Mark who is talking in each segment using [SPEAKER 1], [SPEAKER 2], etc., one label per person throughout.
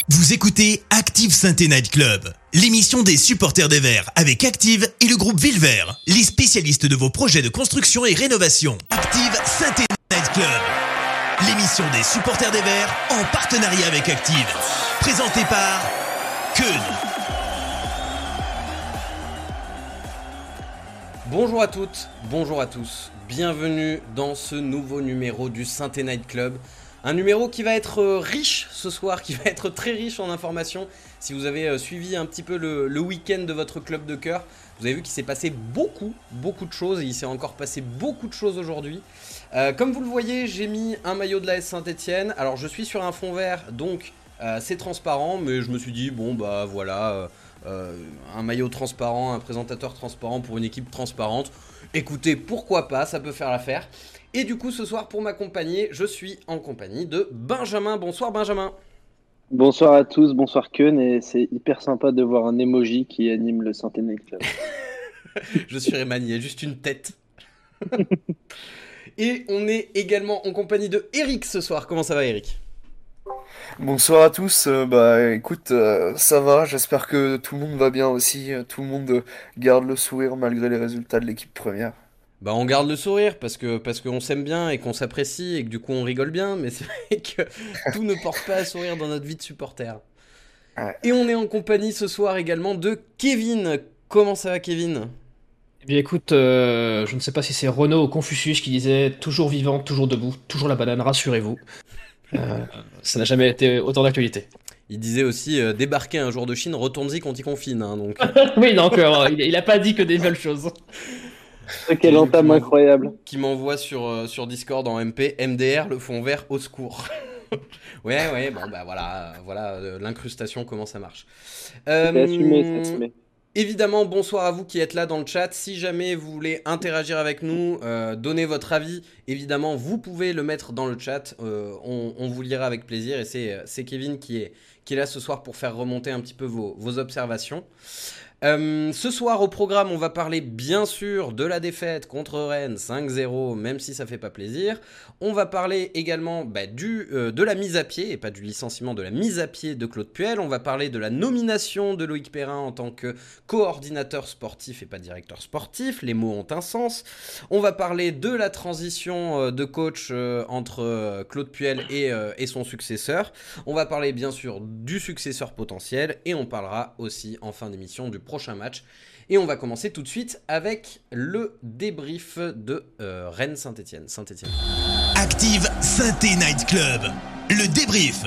[SPEAKER 1] Vous écoutez Active Saint-Étienne Night Club, l'émission des supporters des Verts avec Active et le groupe Villevert, les spécialistes de vos projets de construction et rénovation. Active Saint-Étienne Night Club, l'émission des supporters des Verts en partenariat avec Active, présentée par Keun.
[SPEAKER 2] Bonjour à toutes, bonjour à tous, bienvenue dans ce nouveau numéro du Saint-Étienne Night Club. Un numéro qui va être riche ce soir, qui va être très riche en informations. Si vous avez suivi un petit peu le week-end de votre club de cœur, vous avez vu qu'il s'est passé beaucoup de choses et il s'est encore passé beaucoup de choses aujourd'hui. Comme vous le voyez, j'ai mis un maillot de l'AS Saint-Étienne. Alors je suis sur un fond vert, donc c'est transparent, mais je me suis dit, bon bah voilà, un maillot transparent, un présentateur transparent pour une équipe transparente. Écoutez, pourquoi pas, ça peut faire l'affaire. Et du coup, ce soir, pour m'accompagner, je suis en compagnie de Benjamin. Bonsoir Benjamin.
[SPEAKER 3] Bonsoir à tous, bonsoir Keun, et c'est hyper sympa de voir un emoji qui anime le Saint-Étienne Night Club.
[SPEAKER 2] Je suis Réman, il y a juste une tête. Et on est également en compagnie de Eric ce soir. Comment ça va Eric ?
[SPEAKER 4] Bonsoir à tous, écoute, ça va, j'espère que tout le monde va bien aussi, tout le monde garde le sourire malgré les résultats de l'équipe première.
[SPEAKER 2] Bah on garde le sourire parce qu'on s'aime bien et qu'on s'apprécie et que du coup on rigole bien, mais c'est vrai que tout ne porte pas à sourire dans notre vie de supporter. Ouais. Et on est en compagnie ce soir également de Kevin. Comment ça va Kevin ?
[SPEAKER 5] Eh bien écoute, je ne sais pas si c'est Renaud ou Confucius qui disait « toujours vivant, toujours debout, toujours la banane, rassurez-vous ». Ça n'a jamais été autant d'actualité.
[SPEAKER 2] Il disait aussi débarquer un jour de Chine, retourne-y quand il confine. Hein, donc.
[SPEAKER 5] Oui, donc il a pas dit que des belles choses.
[SPEAKER 3] Quelle entame incroyable.
[SPEAKER 2] Qui m'envoie sur Discord en MP, MDR, le fond vert, au secours. ouais, bon bah voilà l'incrustation, comment ça marche.
[SPEAKER 3] C'est assumé.
[SPEAKER 2] Évidemment, bonsoir à vous qui êtes là dans le chat. Si jamais vous voulez interagir avec nous, donner votre avis, évidemment, vous pouvez le mettre dans le chat. On vous lira avec plaisir. Et c'est Kevin qui est là ce soir pour faire remonter un petit peu vos observations. Ce soir au programme, on va parler bien sûr de la défaite contre Rennes 5-0, même si ça fait pas plaisir. On va parler également de la mise à pied, et pas du licenciement, de la mise à pied de Claude Puel. On va parler de la nomination de Loïc Perrin en tant que coordinateur sportif et pas directeur sportif. Les mots ont un sens. On va parler de la transition de coach entre Claude Puel et son successeur. On va parler bien sûr du successeur potentiel et on parlera aussi en fin d'émission du prochain match. Et on va commencer tout de suite avec le débrief de Rennes Saint-Étienne.
[SPEAKER 1] Active Saint-Étienne Night Club, le débrief.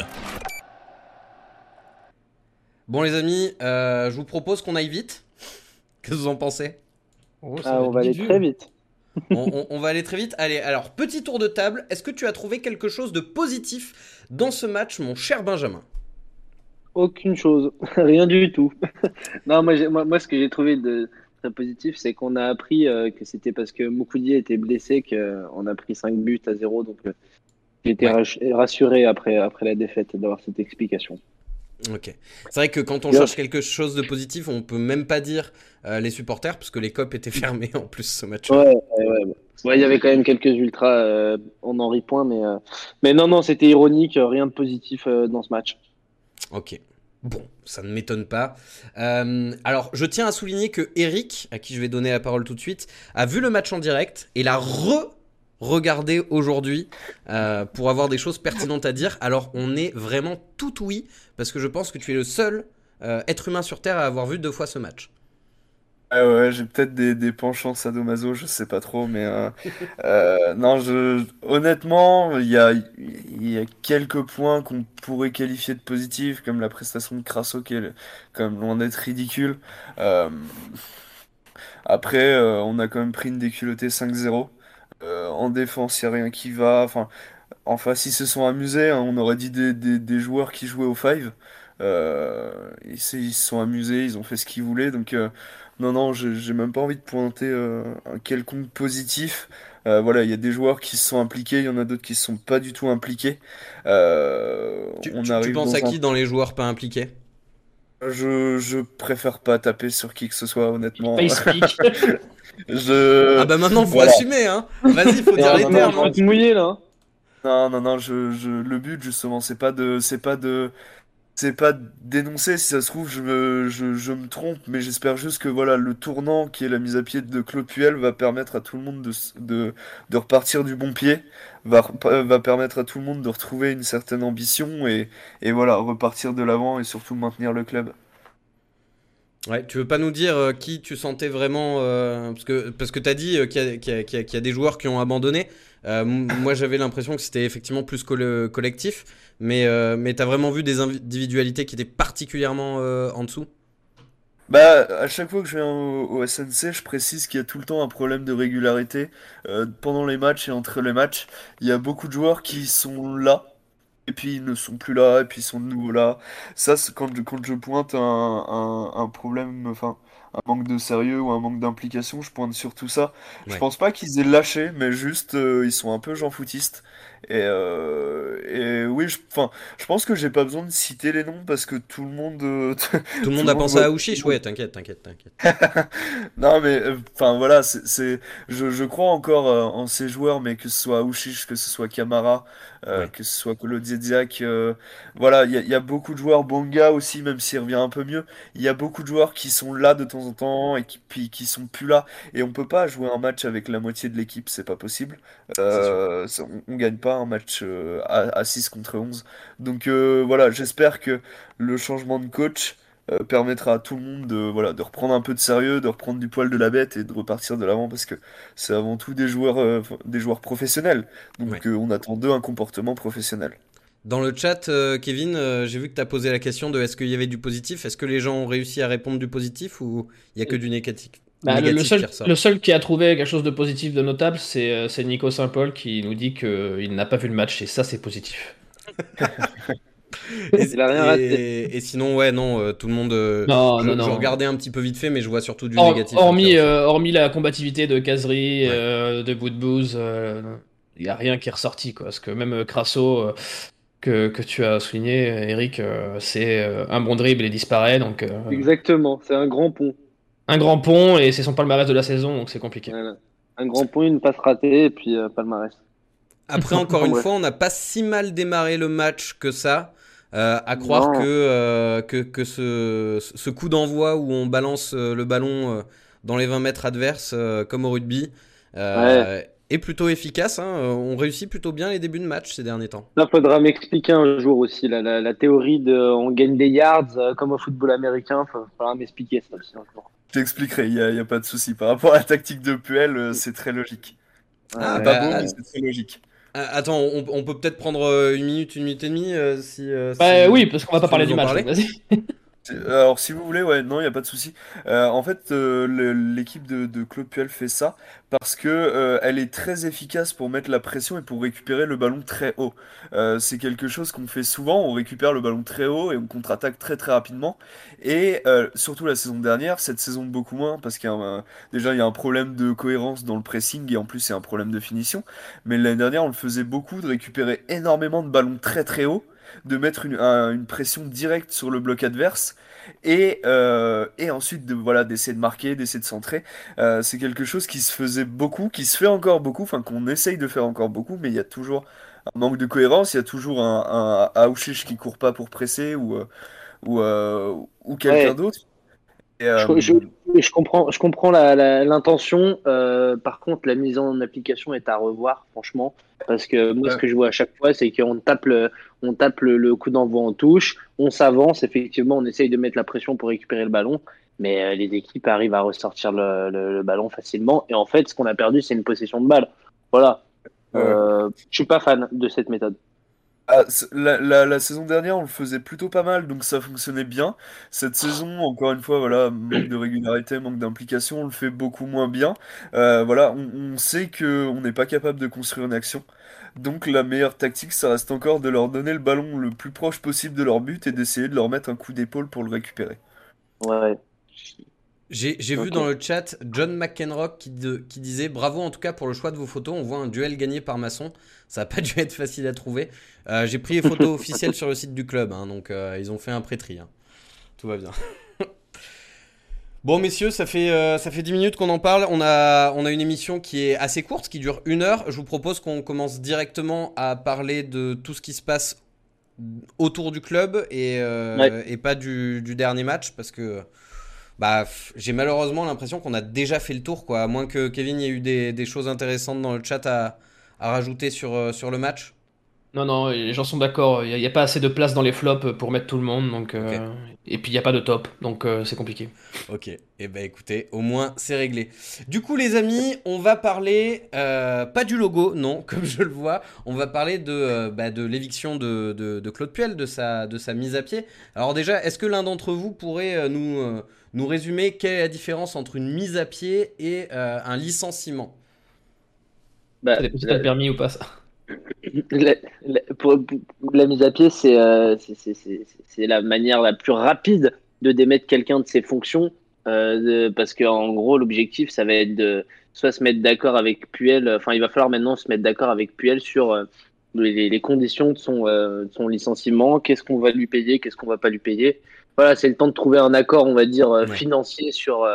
[SPEAKER 2] Bon les amis, je vous propose qu'on aille vite. Qu'est-ce que vous en pensez ?
[SPEAKER 3] On va aller très vite.
[SPEAKER 2] On va aller très vite. Allez, alors petit tour de table. Est-ce que tu as trouvé quelque chose de positif dans ce match, mon cher Benjamin ?
[SPEAKER 3] Aucune chose, rien du tout. Non, moi, ce que j'ai trouvé de très positif, c'est qu'on a appris que c'était parce que Moukoudi était blessé qu'on a pris 5 buts à 0. Donc, j'ai été rassuré après la défaite d'avoir cette explication.
[SPEAKER 2] Ok. C'est vrai que quand on cherche quelque chose de positif, on peut même pas dire les supporters, parce que les COP étaient fermés en plus ce match.
[SPEAKER 3] Ouais. Il y avait quand même quelques ultras, on en rit point, mais non, c'était ironique, rien de positif dans ce match.
[SPEAKER 2] Ok, bon, ça ne m'étonne pas. Alors, je tiens à souligner que Eric, à qui je vais donner la parole tout de suite, a vu le match en direct et l'a regardé aujourd'hui pour avoir des choses pertinentes à dire. Alors, on est vraiment tout oui, parce que je pense que tu es le seul être humain sur Terre à avoir vu 2 fois ce match.
[SPEAKER 4] Ouais, j'ai peut-être des penchants sadomaso, je sais pas trop, mais non, honnêtement, il y a quelques points qu'on pourrait qualifier de positifs, comme la prestation de Crasso qui est quand même loin d'être ridicule. Après, on a quand même pris une déculottée 5-0. En défense, il n'y a rien qui va. En face, ils se sont amusés, hein. On aurait dit des joueurs qui jouaient au five. Ils se sont amusés, ils ont fait ce qu'ils voulaient, donc non, j'ai même pas envie de pointer un quelconque positif. Voilà, il y a des joueurs qui se sont impliqués, il y en a d'autres qui se sont pas du tout impliqués.
[SPEAKER 2] Tu penses à qui dans les joueurs pas impliqués ?
[SPEAKER 4] Je préfère pas taper sur qui que ce soit, honnêtement.
[SPEAKER 2] Ah bah maintenant faut assumer, hein. Vas-y, faut dire les termes.
[SPEAKER 3] On va te mouiller là.
[SPEAKER 4] Non, le but justement, c'est pas de c'est pas dénoncer, si ça se trouve, je me trompe, mais j'espère juste que voilà, le tournant qui est la mise à pied de Claude Puel va permettre à tout le monde de repartir du bon pied, va permettre à tout le monde de retrouver une certaine ambition et voilà, repartir de l'avant et surtout maintenir le club.
[SPEAKER 2] Ouais, tu veux pas nous dire qui tu sentais vraiment parce que t'as dit qu'il y a des joueurs qui ont abandonné. Moi, j'avais l'impression que c'était effectivement plus collectif, mais t'as vraiment vu des individualités qui étaient particulièrement en dessous.
[SPEAKER 4] Bah, à chaque fois que je viens au SNC, je précise qu'il y a tout le temps un problème de régularité pendant les matchs et entre les matchs. Il y a beaucoup de joueurs qui sont là, et puis ils ne sont plus là, et puis ils sont de nouveau là. Ça, c'est quand je pointe un problème, enfin, un manque de sérieux ou un manque d'implication, je pointe surtout ça. Je
[SPEAKER 2] Ouais,
[SPEAKER 4] pense pas qu'ils aient lâché, mais juste ils sont un peu jean-foutistes. Et oui, enfin, je pense que j'ai pas besoin de citer les noms parce que tout le monde,
[SPEAKER 2] tout le
[SPEAKER 4] tout
[SPEAKER 2] monde
[SPEAKER 4] le
[SPEAKER 2] a
[SPEAKER 4] monde
[SPEAKER 2] pensé
[SPEAKER 4] voit.
[SPEAKER 2] à Ouchiche. Ouais, t'inquiète.
[SPEAKER 4] Non mais enfin voilà je crois encore en ces joueurs mais que ce soit Ouchiche que ce soit Camara
[SPEAKER 2] Ouais,
[SPEAKER 4] que ce soit Kolo Dziedziak voilà il y a beaucoup de joueurs Bonga aussi même s'il revient un peu mieux il y a beaucoup de joueurs qui sont là de temps en temps et qui puis qui sont plus là et on peut pas jouer un match avec la moitié de l'équipe c'est pas possible
[SPEAKER 2] c'est sûr.
[SPEAKER 4] on gagne pas un match à 6 contre 11 donc voilà j'espère que le changement de coach permettra à tout le monde de, voilà, de reprendre un peu de sérieux, de reprendre du poil de la bête et de repartir de l'avant parce que c'est avant tout des joueurs professionnels.
[SPEAKER 2] Ouais.
[SPEAKER 4] Donc on attend d'eux un comportement professionnel.
[SPEAKER 2] Dans le chat, Kevin, j'ai vu que tu as posé la question de est-ce qu'il y avait du positif. Est-ce que les gens ont réussi à répondre du positif ou il y a que du négatif,
[SPEAKER 5] Bah,
[SPEAKER 2] qui ressort?
[SPEAKER 5] le seul qui a trouvé quelque chose de positif, de notable, c'est Nico Saint-Paul qui nous dit qu'il n'a pas vu le match, et ça, c'est positif.
[SPEAKER 3] Il a rien raté.
[SPEAKER 2] Et sinon, ouais, non, tout le monde.
[SPEAKER 5] Non, non,
[SPEAKER 2] Je
[SPEAKER 5] non.
[SPEAKER 2] regardais un petit peu vite fait, mais je vois surtout du négatif qui
[SPEAKER 5] Hormis,
[SPEAKER 2] ressort.
[SPEAKER 5] hormis la combativité de Kazri,
[SPEAKER 2] Ouais.
[SPEAKER 5] de Boudbouz, il n'y a rien qui est ressorti, quoi. Parce que même Crasso, que tu as souligné, Eric, c'est un bon dribble et disparaît, donc
[SPEAKER 3] Exactement, c'est un grand pont.
[SPEAKER 5] un grand pont, et c'est son palmarès de la saison, donc c'est compliqué.
[SPEAKER 3] Voilà. Un grand pont, une passe ratée, et puis palmarès.
[SPEAKER 2] Après, encore
[SPEAKER 3] Enfin
[SPEAKER 2] une
[SPEAKER 3] bref.
[SPEAKER 2] fois, on n'a pas si mal démarré le match que ça. À croire
[SPEAKER 3] Non.
[SPEAKER 2] que ce coup d'envoi où on balance le ballon dans les 20 mètres adverses, comme au rugby,
[SPEAKER 3] Ouais.
[SPEAKER 2] est plutôt efficace, hein. On réussit plutôt bien les débuts de match ces derniers temps.
[SPEAKER 3] Là, faudra m'expliquer un jour aussi la théorie de on gagne des yards comme au football américain. Faudra m'expliquer ça aussi un jour.
[SPEAKER 4] Je t'expliquerai, y a pas de souci. Par rapport à la tactique de Puel, c'est très logique.
[SPEAKER 2] Ah,
[SPEAKER 4] C'est
[SPEAKER 3] Ouais,
[SPEAKER 4] pas
[SPEAKER 2] bah,
[SPEAKER 4] beau, mais c'est très logique.
[SPEAKER 2] attends, on peut peut-être prendre une minute et demie
[SPEAKER 5] Bah oui, parce qu'on va
[SPEAKER 2] si
[SPEAKER 5] pas
[SPEAKER 2] tu veux
[SPEAKER 5] parler
[SPEAKER 2] nous
[SPEAKER 5] du
[SPEAKER 2] en
[SPEAKER 5] match, donc
[SPEAKER 2] parler.
[SPEAKER 5] vas-y.
[SPEAKER 4] Alors, si vous voulez, ouais, non, il n'y a pas de souci. En fait, l'équipe de Claude Puel fait ça parce que elle est très efficace pour mettre la pression et pour récupérer le ballon très haut. C'est quelque chose qu'on fait souvent. On récupère le ballon très haut et on contre-attaque très très rapidement. Et surtout la saison dernière, cette saison beaucoup moins parce déjà il y a un problème de cohérence dans le pressing et en plus il y a un problème de finition. Mais l'année dernière, on le faisait beaucoup de récupérer énormément de ballons très très hauts de mettre une pression directe sur le bloc adverse et ensuite voilà, d'essayer de marquer, d'essayer de centrer. C'est quelque chose qui se faisait beaucoup, qui se fait encore beaucoup, enfin qu'on essaye de faire encore beaucoup, mais il y a toujours un manque de cohérence, il y a toujours un Aouchiche qui court pas pour presser ou quelqu'un
[SPEAKER 3] ouais.
[SPEAKER 4] d'autre. Et,
[SPEAKER 3] Je, je, je comprends l'intention. Par contre, la mise en application est à revoir, franchement. Parce que moi, ce
[SPEAKER 4] ouais,
[SPEAKER 3] que je vois à chaque fois, c'est qu'on tape on tape le coup d'envoi en touche, on s'avance, effectivement, on essaye de mettre la pression pour récupérer le ballon, mais les équipes arrivent à ressortir le ballon facilement. Et en fait, ce qu'on a perdu, c'est une possession de balle. Voilà.
[SPEAKER 4] ouais.
[SPEAKER 3] Je suis pas fan de cette méthode.
[SPEAKER 4] La saison dernière, on le faisait plutôt pas mal, donc ça fonctionnait bien. Cette saison, encore une fois, voilà, manque de régularité, manque d'implication, on le fait beaucoup moins bien. Voilà, on sait que on n'est pas capable de construire une action. Donc la meilleure tactique, ça reste encore de leur donner le ballon le plus proche possible de leur but et d'essayer de leur mettre un coup d'épaule pour le récupérer.
[SPEAKER 3] Ouais,
[SPEAKER 2] J'ai vu
[SPEAKER 3] ok.
[SPEAKER 2] dans le chat John McEnroe qui disait bravo en tout cas pour le choix de vos photos. On voit un duel gagné par Masson. Ça n'a pas dû être facile à trouver. J'ai pris les photos officielles sur le site du club, hein, donc ils ont fait un pré-tri, hein. Tout va bien. Bon messieurs, ça fait 10 minutes qu'on en parle. On a une émission qui est assez courte, qui dure 1 heure. Je vous propose qu'on commence directement à parler de tout ce qui se passe autour du club et pas du dernier match parce que j'ai malheureusement l'impression qu'on a déjà fait le tour, quoi. À moins que Kevin, il y ait eu des choses intéressantes dans le chat à rajouter sur le match.
[SPEAKER 5] Non, non, les gens sont d'accord. Il y a pas assez de place dans les flops pour mettre tout le monde. Donc,
[SPEAKER 2] Ok.
[SPEAKER 5] et puis, il n'y a pas de top. Donc, c'est compliqué.
[SPEAKER 2] Ok, et écoutez, au moins c'est réglé. Du coup les amis, on va parler, pas du logo, non, comme je le vois, on va parler de l'éviction de Claude Puel, de sa mise à pied. Alors déjà, est-ce que l'un d'entre vous pourrait nous résumer quelle est la différence entre une mise à pied et un licenciement?
[SPEAKER 3] Bah,
[SPEAKER 5] Ça dépend si t'as le permis ou pas, ça.
[SPEAKER 3] pour la mise à pied, c'est la manière la plus rapide de démettre quelqu'un de ses fonctions, parce que en gros, l'objectif, ça va être de soit se mettre d'accord avec Puel, enfin, il va falloir maintenant se mettre d'accord avec Puel sur les conditions de son licenciement, qu'est-ce qu'on va lui payer, qu'est-ce qu'on va pas lui payer. Voilà, c'est le temps de trouver un accord, on va dire,
[SPEAKER 2] Ouais.
[SPEAKER 3] financier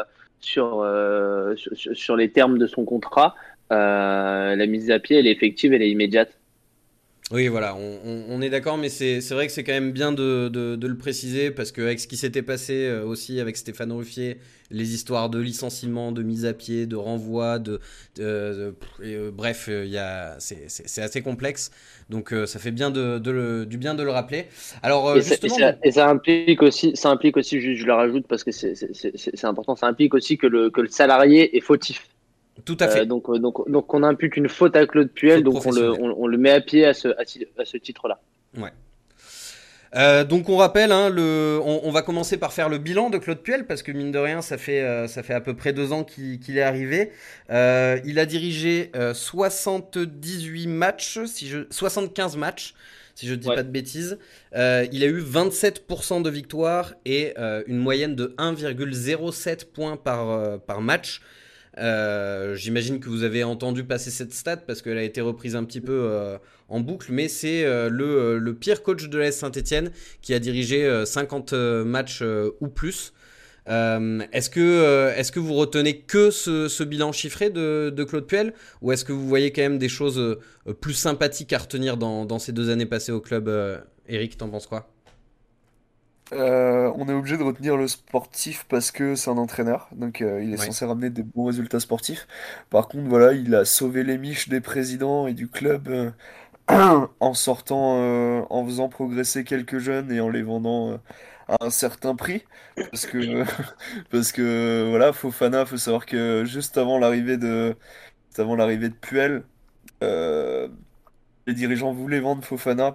[SPEAKER 3] sur les termes de son contrat. La mise à pied, elle est effective, elle est immédiate.
[SPEAKER 2] Oui, voilà, on est d'accord, mais c'est vrai que c'est quand même bien de le préciser parce qu'avec ce qui s'était passé aussi avec Stéphane Ruffier, les histoires de licenciement, de mise à pied, de renvoi, bref, c'est assez complexe, donc ça fait bien du bien de le rappeler. Alors justement,
[SPEAKER 3] Ça implique aussi, je le rajoute parce que c'est important, ça implique aussi que le salarié est fautif.
[SPEAKER 2] tout à fait,
[SPEAKER 3] Donc on impute une faute à Claude Puel,
[SPEAKER 2] faute
[SPEAKER 3] donc
[SPEAKER 2] professionnelle.
[SPEAKER 3] on le met à pied à ce titre-là.
[SPEAKER 2] Ouais. Donc on rappelle, hein, on va commencer par faire le bilan de Claude Puel parce que mine de rien ça fait à peu près 2 ans qu'il est arrivé. Il a dirigé 78 matchs, 75 matchs si je ne dis
[SPEAKER 3] Ouais.
[SPEAKER 2] pas de bêtises. Il a eu 27% de victoires et une moyenne de 1,07 points par match. J'imagine que vous avez entendu passer cette stat parce qu'elle a été reprise un petit peu en boucle, mais c'est le pire coach de l'AS Saint-Etienne qui a dirigé 50 matchs ou plus. Est-ce que vous retenez que ce bilan chiffré de Claude Puel ou est-ce que vous voyez quand même des choses plus sympathiques à retenir dans ces 2 années passées au club Eric, t'en penses quoi?
[SPEAKER 4] On est obligé de retenir le sportif parce que c'est un entraîneur, donc il est
[SPEAKER 2] Ouais.
[SPEAKER 4] censé ramener des bons résultats sportifs. Par contre, voilà, il a sauvé les miches des présidents et du club en sortant, en faisant progresser quelques jeunes et en les vendant à un certain prix. Parce que, parce que voilà, Fofana, faut savoir que juste avant l'arrivée de Puel, euh, les dirigeants voulaient vendre Fofana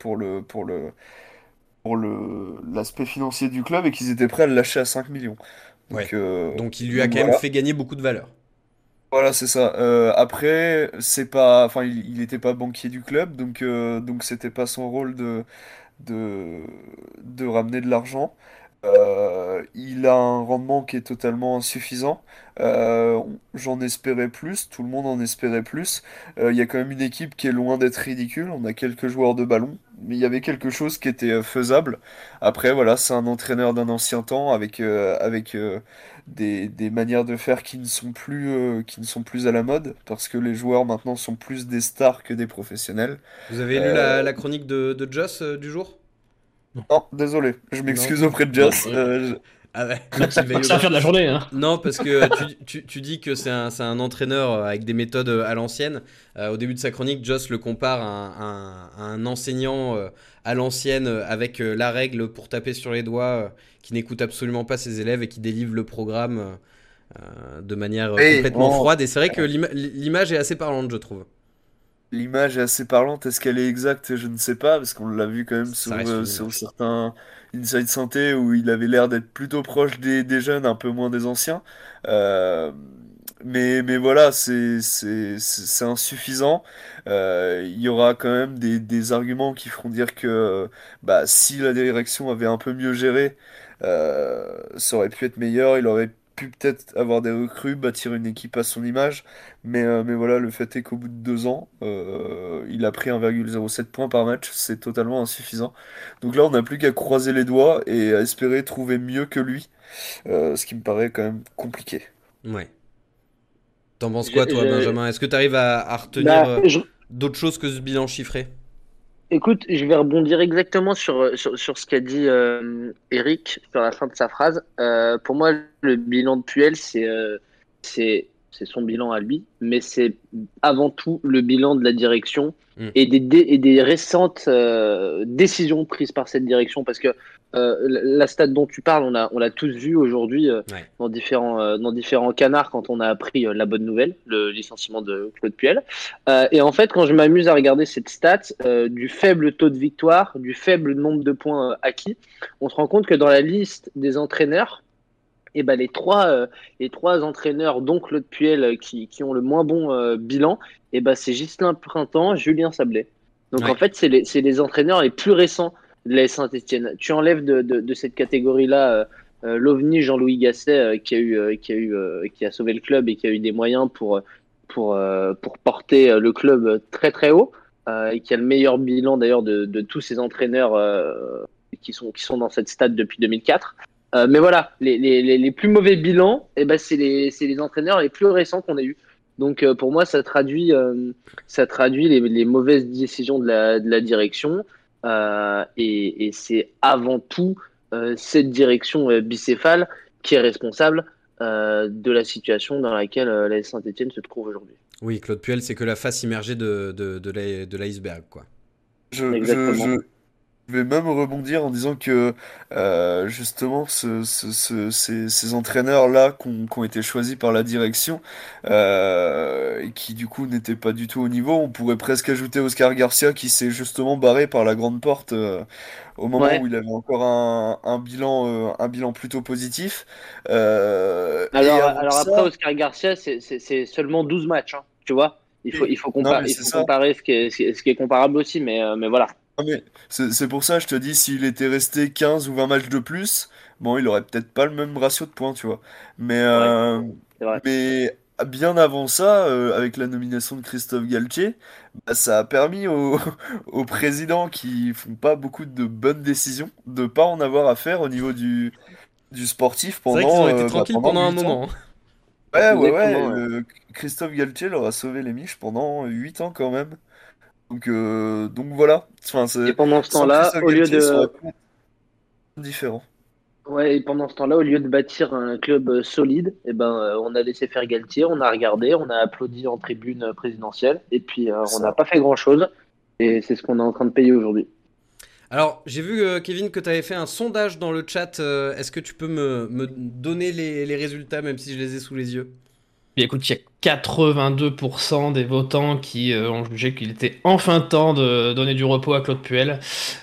[SPEAKER 4] pour l'aspect financier du club et qu'ils étaient prêts à le lâcher à 5 millions.
[SPEAKER 2] Ouais.
[SPEAKER 4] Donc,
[SPEAKER 2] Donc il lui a
[SPEAKER 4] donc
[SPEAKER 2] quand même
[SPEAKER 4] voilà.
[SPEAKER 2] fait gagner beaucoup de valeur.
[SPEAKER 4] Voilà, c'est ça. Après, c'est pas, enfin, il était pas banquier du club, donc c'était pas son rôle de, de ramener de l'argent. Il a un rendement qui est totalement insuffisant. J'en espérais plus, tout le monde en espérait plus. Il y a quand même une équipe qui est loin d'être ridicule. On a quelques joueurs de ballon, mais il y avait quelque chose qui était faisable. Après, voilà, c'est un entraîneur d'un ancien temps avec des manières de faire qui ne sont plus à la mode, parce que les joueurs maintenant sont plus des stars que des professionnels.
[SPEAKER 2] Vous avez lu
[SPEAKER 4] Euh,
[SPEAKER 2] la chronique de Joss du jour?
[SPEAKER 4] non, désolé, je
[SPEAKER 2] Non.
[SPEAKER 4] m'excuse auprès de
[SPEAKER 5] Non,
[SPEAKER 4] Joss.
[SPEAKER 2] Ah ouais, il
[SPEAKER 5] pas
[SPEAKER 2] veille
[SPEAKER 5] que
[SPEAKER 2] au
[SPEAKER 5] ça à
[SPEAKER 2] bas.
[SPEAKER 5] faire de la journée, hein.
[SPEAKER 2] Non, parce que tu dis que c'est un entraîneur avec des méthodes à l'ancienne. Au début de sa chronique, Joss le compare à un enseignant à l'ancienne avec la règle pour taper sur les doigts, qui n'écoute absolument pas ses élèves et qui délivre le programme de manière
[SPEAKER 4] Oui,
[SPEAKER 2] complètement
[SPEAKER 4] bon,
[SPEAKER 2] froide. Et c'est vrai que l'image est assez parlante, je trouve.
[SPEAKER 4] l'image est assez parlante. Est-ce qu'elle est exacte? Je ne sais pas, parce qu'on l'a vu quand même
[SPEAKER 2] Ça reste une
[SPEAKER 4] sur
[SPEAKER 2] image.
[SPEAKER 4] certains Inside Santé où il avait l'air d'être plutôt proche des jeunes, un peu moins des anciens. Euh, mais voilà, c'est insuffisant. Il y aura quand même des arguments qui feront dire que bah, si la direction avait un peu mieux géré, ça aurait pu être meilleur. Il aurait pu peut-être avoir des recrues, bâtir une équipe à son image. Mais voilà, le fait est qu'au bout de 2 ans, il a pris 1,07 points par match. C'est totalement insuffisant. Donc là, on n'a plus qu'à croiser les doigts et à espérer trouver mieux que lui, ce qui me paraît quand même compliqué.
[SPEAKER 2] Ouais. T'en penses
[SPEAKER 3] Je,
[SPEAKER 2] quoi, toi,
[SPEAKER 3] je-
[SPEAKER 2] Benjamin? Est-ce que tu arrives à retenir
[SPEAKER 3] bah,
[SPEAKER 2] d'autres choses que ce bilan chiffré?
[SPEAKER 3] Écoute, je vais rebondir exactement sur ce qu'a dit Eric sur la fin de sa phrase. Pour moi, le bilan de Puel, c'est son bilan à lui, mais c'est avant tout le bilan de la direction
[SPEAKER 2] Mm.
[SPEAKER 3] et des récentes décisions prises par cette direction. Parce que la stat dont tu parles, on l'a tous vu aujourd'hui
[SPEAKER 2] Ouais.
[SPEAKER 3] dans différents canards quand on a appris la bonne nouvelle, le licenciement de Claude Puel. Et en fait, quand je m'amuse à regarder cette stat, du faible taux de victoire, du faible nombre de points acquis, on se rend compte que dans la liste des entraîneurs, et ben les trois entraîneurs, dont Claude Puel, qui ont le moins bon bilan, et ben c'est Ghislain Printemps, Julien Sablé. Donc en
[SPEAKER 2] Ouais.
[SPEAKER 3] fait, c'est les entraîneurs les plus récents de la Saint-Etienne. Tu enlèves de cette catégorie-là l'OVNI Jean-Louis Gasset, qui a sauvé le club et qui a eu des moyens pour porter le club très très haut, et qui a le meilleur bilan d'ailleurs de tous ces entraîneurs qui sont dans cette stade depuis 2004. Mais voilà, les plus mauvais bilans, eh ben, c'est les entraîneurs les plus récents qu'on a eu. Donc pour moi, ça traduit les mauvaises décisions de la direction. Et c'est avant tout cette direction bicéphale qui est responsable de la situation dans laquelle la Saint-Etienne se trouve aujourd'hui.
[SPEAKER 2] Oui, Claude Puel, c'est que la face immergée de l'iceberg, quoi.
[SPEAKER 4] Je, je,
[SPEAKER 3] Exactement.
[SPEAKER 4] je, Je vais même rebondir en disant que justement ces entraîneurs-là qui ont été choisis par la direction et qui du coup n'étaient pas du tout au niveau, on pourrait presque ajouter Oscar Garcia qui s'est justement barré par la grande porte au moment où
[SPEAKER 3] Ouais.
[SPEAKER 4] il avait encore un bilan plutôt positif. Et avant
[SPEAKER 3] Alors après,
[SPEAKER 4] ça,
[SPEAKER 3] Oscar Garcia, c'est seulement 12 matchs, hein, tu vois.
[SPEAKER 4] oui, non mais
[SPEAKER 3] Il
[SPEAKER 4] c'est
[SPEAKER 3] faut
[SPEAKER 4] ça.
[SPEAKER 3] comparer ce qui est comparable aussi, mais voilà.
[SPEAKER 4] Ah, mais c'est pour ça, je te dis, s'il était resté 15 ou 20 matchs de plus, bon, il aurait peut-être pas le même ratio de points, tu vois. Mais,
[SPEAKER 3] Ouais,
[SPEAKER 4] euh,
[SPEAKER 3] c'est vrai.
[SPEAKER 4] mais bien avant ça, avec la nomination de Christophe Galtier, bah, ça a permis aux présidents qui font pas beaucoup de bonnes décisions de pas en avoir à faire au niveau du sportif
[SPEAKER 2] C'est vrai qu'ils ont
[SPEAKER 4] pendant,
[SPEAKER 2] été tranquilles
[SPEAKER 4] pendant
[SPEAKER 2] pendant un
[SPEAKER 4] 8 ans.
[SPEAKER 2] moment, hein.
[SPEAKER 4] Ouais,
[SPEAKER 3] Exactement, ouais.
[SPEAKER 4] Christophe Galtier leur a sauvé les miches pendant 8 ans quand même. Donc voilà. Enfin,
[SPEAKER 3] Et pendant ce
[SPEAKER 4] sans
[SPEAKER 3] temps-là,
[SPEAKER 4] Christophe Galtier, ça aurait pu être différent.
[SPEAKER 3] ouais, et pendant ce temps-là, au lieu de bâtir un club solide, eh ben, on a laissé faire Galtier, on a regardé, on a applaudi en tribune présidentielle, et puis on n'a
[SPEAKER 4] Ça.
[SPEAKER 3] pas fait grand-chose, et c'est ce qu'on est en train de payer aujourd'hui.
[SPEAKER 2] Alors, j'ai vu, Kevin, que tu avais fait un sondage dans le chat. Est-ce que tu peux me donner les résultats, même si je les ai sous les yeux?
[SPEAKER 5] Et écoute, il y a 82% des votants qui ont jugé qu'il était enfin temps de donner du repos à Claude Puel.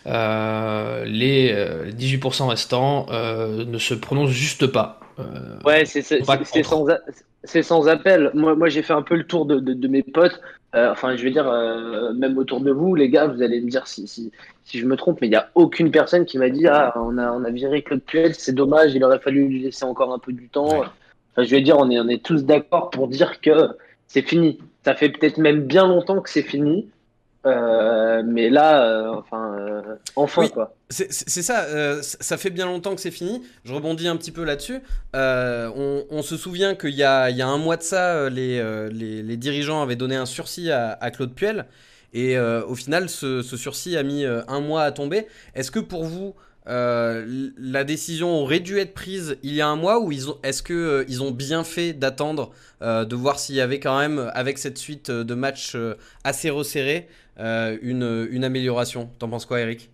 [SPEAKER 5] Les 18% restants ne se prononcent juste pas.
[SPEAKER 3] Ouais,
[SPEAKER 5] Pas contre.
[SPEAKER 3] c'est sans appel. Moi j'ai fait un peu le tour de mes potes. Enfin, je veux dire, même autour de vous, les gars, vous allez me dire si je me trompe, mais il n'y a aucune personne qui m'a dit, ah, on a viré Claude Puel, c'est dommage, il aurait fallu lui laisser encore un peu du temps.
[SPEAKER 2] Ouais.
[SPEAKER 3] Enfin, je veux dire, on est tous d'accord pour dire que c'est fini. Ça fait peut-être même bien longtemps que c'est fini. Mais là, enfin,
[SPEAKER 2] Oui,
[SPEAKER 3] quoi.
[SPEAKER 2] c'est ça. Ça fait bien longtemps que c'est fini. Je rebondis un petit peu là-dessus. On se souvient qu'il y a un mois de ça, les dirigeants avaient donné un sursis à Claude Puel. Et au final, ce sursis a mis un mois à tomber. Est-ce que pour vous, la décision aurait dû être prise il y a un mois ou est-ce que ils ont bien fait d'attendre, de voir s'il y avait quand même, avec cette suite de matchs assez resserrés, une amélioration? T'en penses quoi, Eric?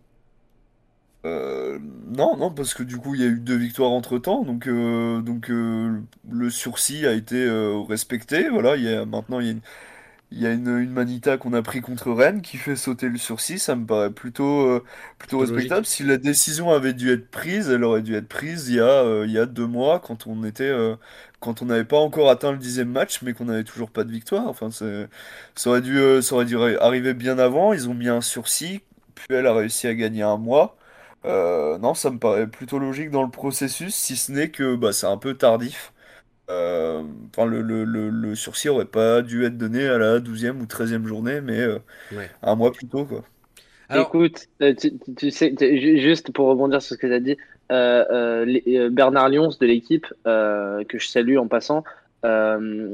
[SPEAKER 4] Non, parce que du coup, il y a eu 2 victoires entre-temps, donc le sursis a été respecté. Voilà, maintenant, il y a une Manita qu'on a pris contre Rennes qui fait sauter le sursis. Ça me paraît plutôt
[SPEAKER 2] Plutôt
[SPEAKER 4] respectable.
[SPEAKER 2] logique.
[SPEAKER 4] Si la décision avait dû être prise, elle aurait dû être prise il y a 2 mois quand on n'avait pas encore atteint le 10e match, mais qu'on n'avait toujours pas de victoire. Enfin, ça aurait dû arriver bien avant. Ils ont mis un sursis, puis elle a réussi à gagner un mois. Non, ça me paraît plutôt logique dans le processus, si ce n'est que bah, c'est un peu tardif. Enfin, le sursis aurait pas dû être donné à la 12e ou 13e journée, mais
[SPEAKER 2] Ouais.
[SPEAKER 4] un mois plus tôt, quoi.
[SPEAKER 2] Alors,
[SPEAKER 3] Écoute, tu sais, juste pour rebondir sur ce que tu as dit, Bernard Lyons de l'équipe, que je salue en passant, euh,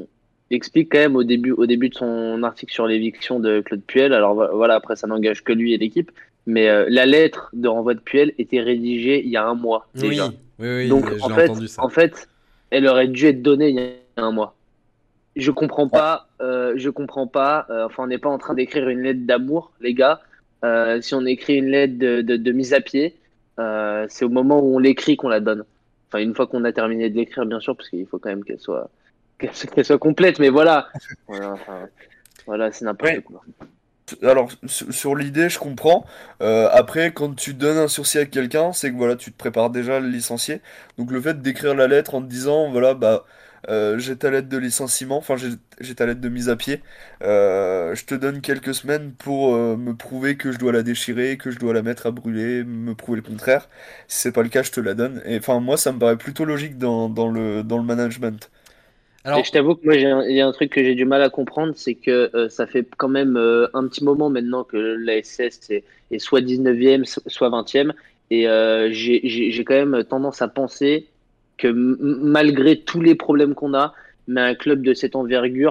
[SPEAKER 3] explique quand même au début de son article sur l'éviction de Claude Puel. Alors voilà, après ça n'engage que lui et l'équipe, mais la lettre de renvoi de Puel était rédigée il y a un mois déjà.
[SPEAKER 2] Oui,
[SPEAKER 3] Donc
[SPEAKER 2] je l'ai entendu ça.
[SPEAKER 3] en fait, elle aurait dû être donnée il y a un mois. Je comprends pas. Enfin, on n'est pas en train d'écrire une lettre d'amour, les gars. Si on écrit une lettre de mise à pied, c'est au moment où on l'écrit qu'on la donne. Enfin, une fois qu'on a terminé de l'écrire, bien sûr, parce qu'il faut quand même qu'elle soit complète. Mais voilà, voilà, c'est n'importe
[SPEAKER 4] Ouais.
[SPEAKER 3] quoi.
[SPEAKER 4] Alors, sur l'idée, je comprends. Après, quand tu donnes un sursis à quelqu'un, c'est que voilà, tu te prépares déjà à le licencier. Donc, le fait d'écrire la lettre en te disant, voilà, bah, j'ai ta lettre de licenciement, enfin, j'ai ta lettre de mise à pied. Je te donne quelques semaines pour me prouver que je dois la déchirer, que je dois la mettre à brûler, me prouver le contraire. Si c'est pas le cas, je te la donne. Et enfin, moi, ça me paraît plutôt logique dans le management.
[SPEAKER 3] Et je
[SPEAKER 2] Alors,
[SPEAKER 3] t'avoue que moi, il y a un truc que j'ai du mal à comprendre, c'est que ça fait quand même un petit moment maintenant que la SS est soit 19e, soit 20e. Et j'ai quand même tendance à penser que malgré tous les problèmes qu'on a, mais un club de cette envergure,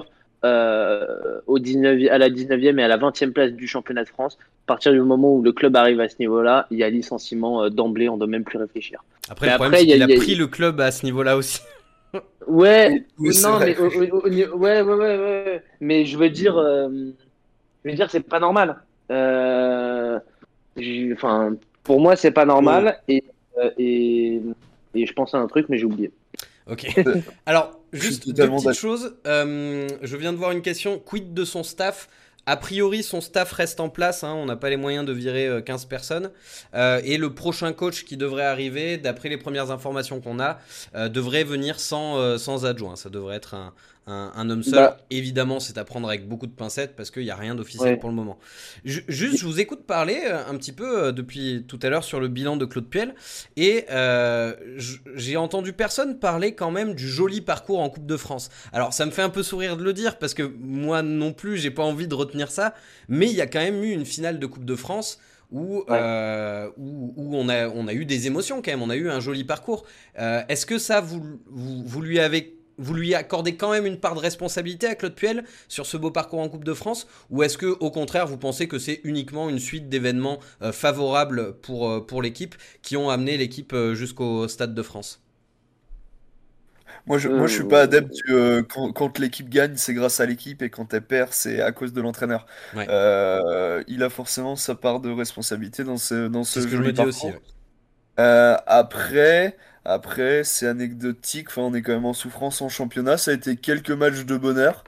[SPEAKER 3] à la 19e et à la 20e place du championnat de France, à partir du moment où le club arrive à ce niveau-là, il y a licenciement d'emblée, on ne doit même plus réfléchir.
[SPEAKER 2] après,
[SPEAKER 3] Mais
[SPEAKER 2] le problème,
[SPEAKER 3] après,
[SPEAKER 2] c'est qu'il a pris le club à ce niveau-là aussi.
[SPEAKER 3] Ouais,
[SPEAKER 4] Oui, c'est
[SPEAKER 3] non,
[SPEAKER 4] vrai.
[SPEAKER 3] mais ouais. Mais je veux dire, c'est pas normal. Euh, enfin, pour moi, c'est pas
[SPEAKER 4] Oh,
[SPEAKER 3] normal et je pense à un truc, mais j'ai oublié.
[SPEAKER 2] Ok. Alors,
[SPEAKER 4] je suis
[SPEAKER 2] juste deux
[SPEAKER 4] totalement
[SPEAKER 2] petites
[SPEAKER 4] d'accord.
[SPEAKER 2] choses. Je viens de voir une question. Quid de son staff? A priori, son staff reste en place, hein, on n'a pas les moyens de virer 15 personnes. Et le prochain coach qui devrait arriver, d'après les premières informations qu'on a, devrait venir sans adjoint. Ça devrait être un homme seul.
[SPEAKER 3] Bah,
[SPEAKER 2] Évidemment, c'est à prendre avec beaucoup de pincettes parce qu'il n'y a rien d'officiel
[SPEAKER 3] ouais.
[SPEAKER 2] pour le moment. Juste, je vous écoute parler un petit peu depuis tout à l'heure sur le bilan de Claude Puel. Et j'ai entendu personne parler quand même du joli parcours en Coupe de France. Alors ça me fait un peu sourire de le dire parce que moi non plus j'ai pas envie de retenir ça, mais il y a quand même eu une finale de Coupe de France
[SPEAKER 3] Ouais.
[SPEAKER 2] où on a eu des émotions quand même, on a eu un joli parcours. Est-ce que ça vous lui accordez quand même une part de responsabilité à Claude Puel sur ce beau parcours en Coupe de France, ou est-ce que au contraire vous pensez que c'est uniquement une suite d'événements favorables pour l'équipe qui ont amené l'équipe jusqu'au Stade de France?
[SPEAKER 4] Moi, je suis pas adepte quand l'équipe gagne, c'est grâce à l'équipe et quand elle perd, c'est à cause de l'entraîneur.
[SPEAKER 2] Ouais,
[SPEAKER 4] Il a forcément sa part de responsabilité dans
[SPEAKER 2] c'est
[SPEAKER 4] ce
[SPEAKER 2] ce que je me
[SPEAKER 4] joli
[SPEAKER 2] dis aussi.
[SPEAKER 4] parcours.
[SPEAKER 2] Ouais.
[SPEAKER 4] Après, c'est anecdotique. Enfin, on est quand même en souffrance en championnat. Ça a été quelques matchs de bonheur.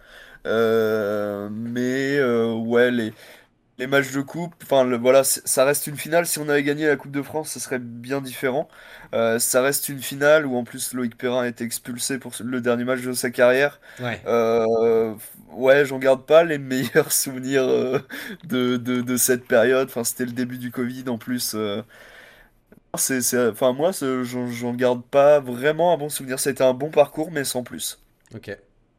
[SPEAKER 4] Ouais, les matchs de coupe, enfin voilà, ça reste une finale. Si on avait gagné la Coupe de France, ce serait bien différent. Ça reste une finale où en plus Loïc Perrin a été expulsé pour le dernier match de sa carrière.
[SPEAKER 2] Ouais.
[SPEAKER 4] Ouais, j'en garde pas les meilleurs souvenirs de cette période. Enfin, c'était le début du Covid en plus. Enfin, moi, j'en garde pas vraiment un bon souvenir. Ça a été un bon parcours, mais sans plus.
[SPEAKER 2] Ok.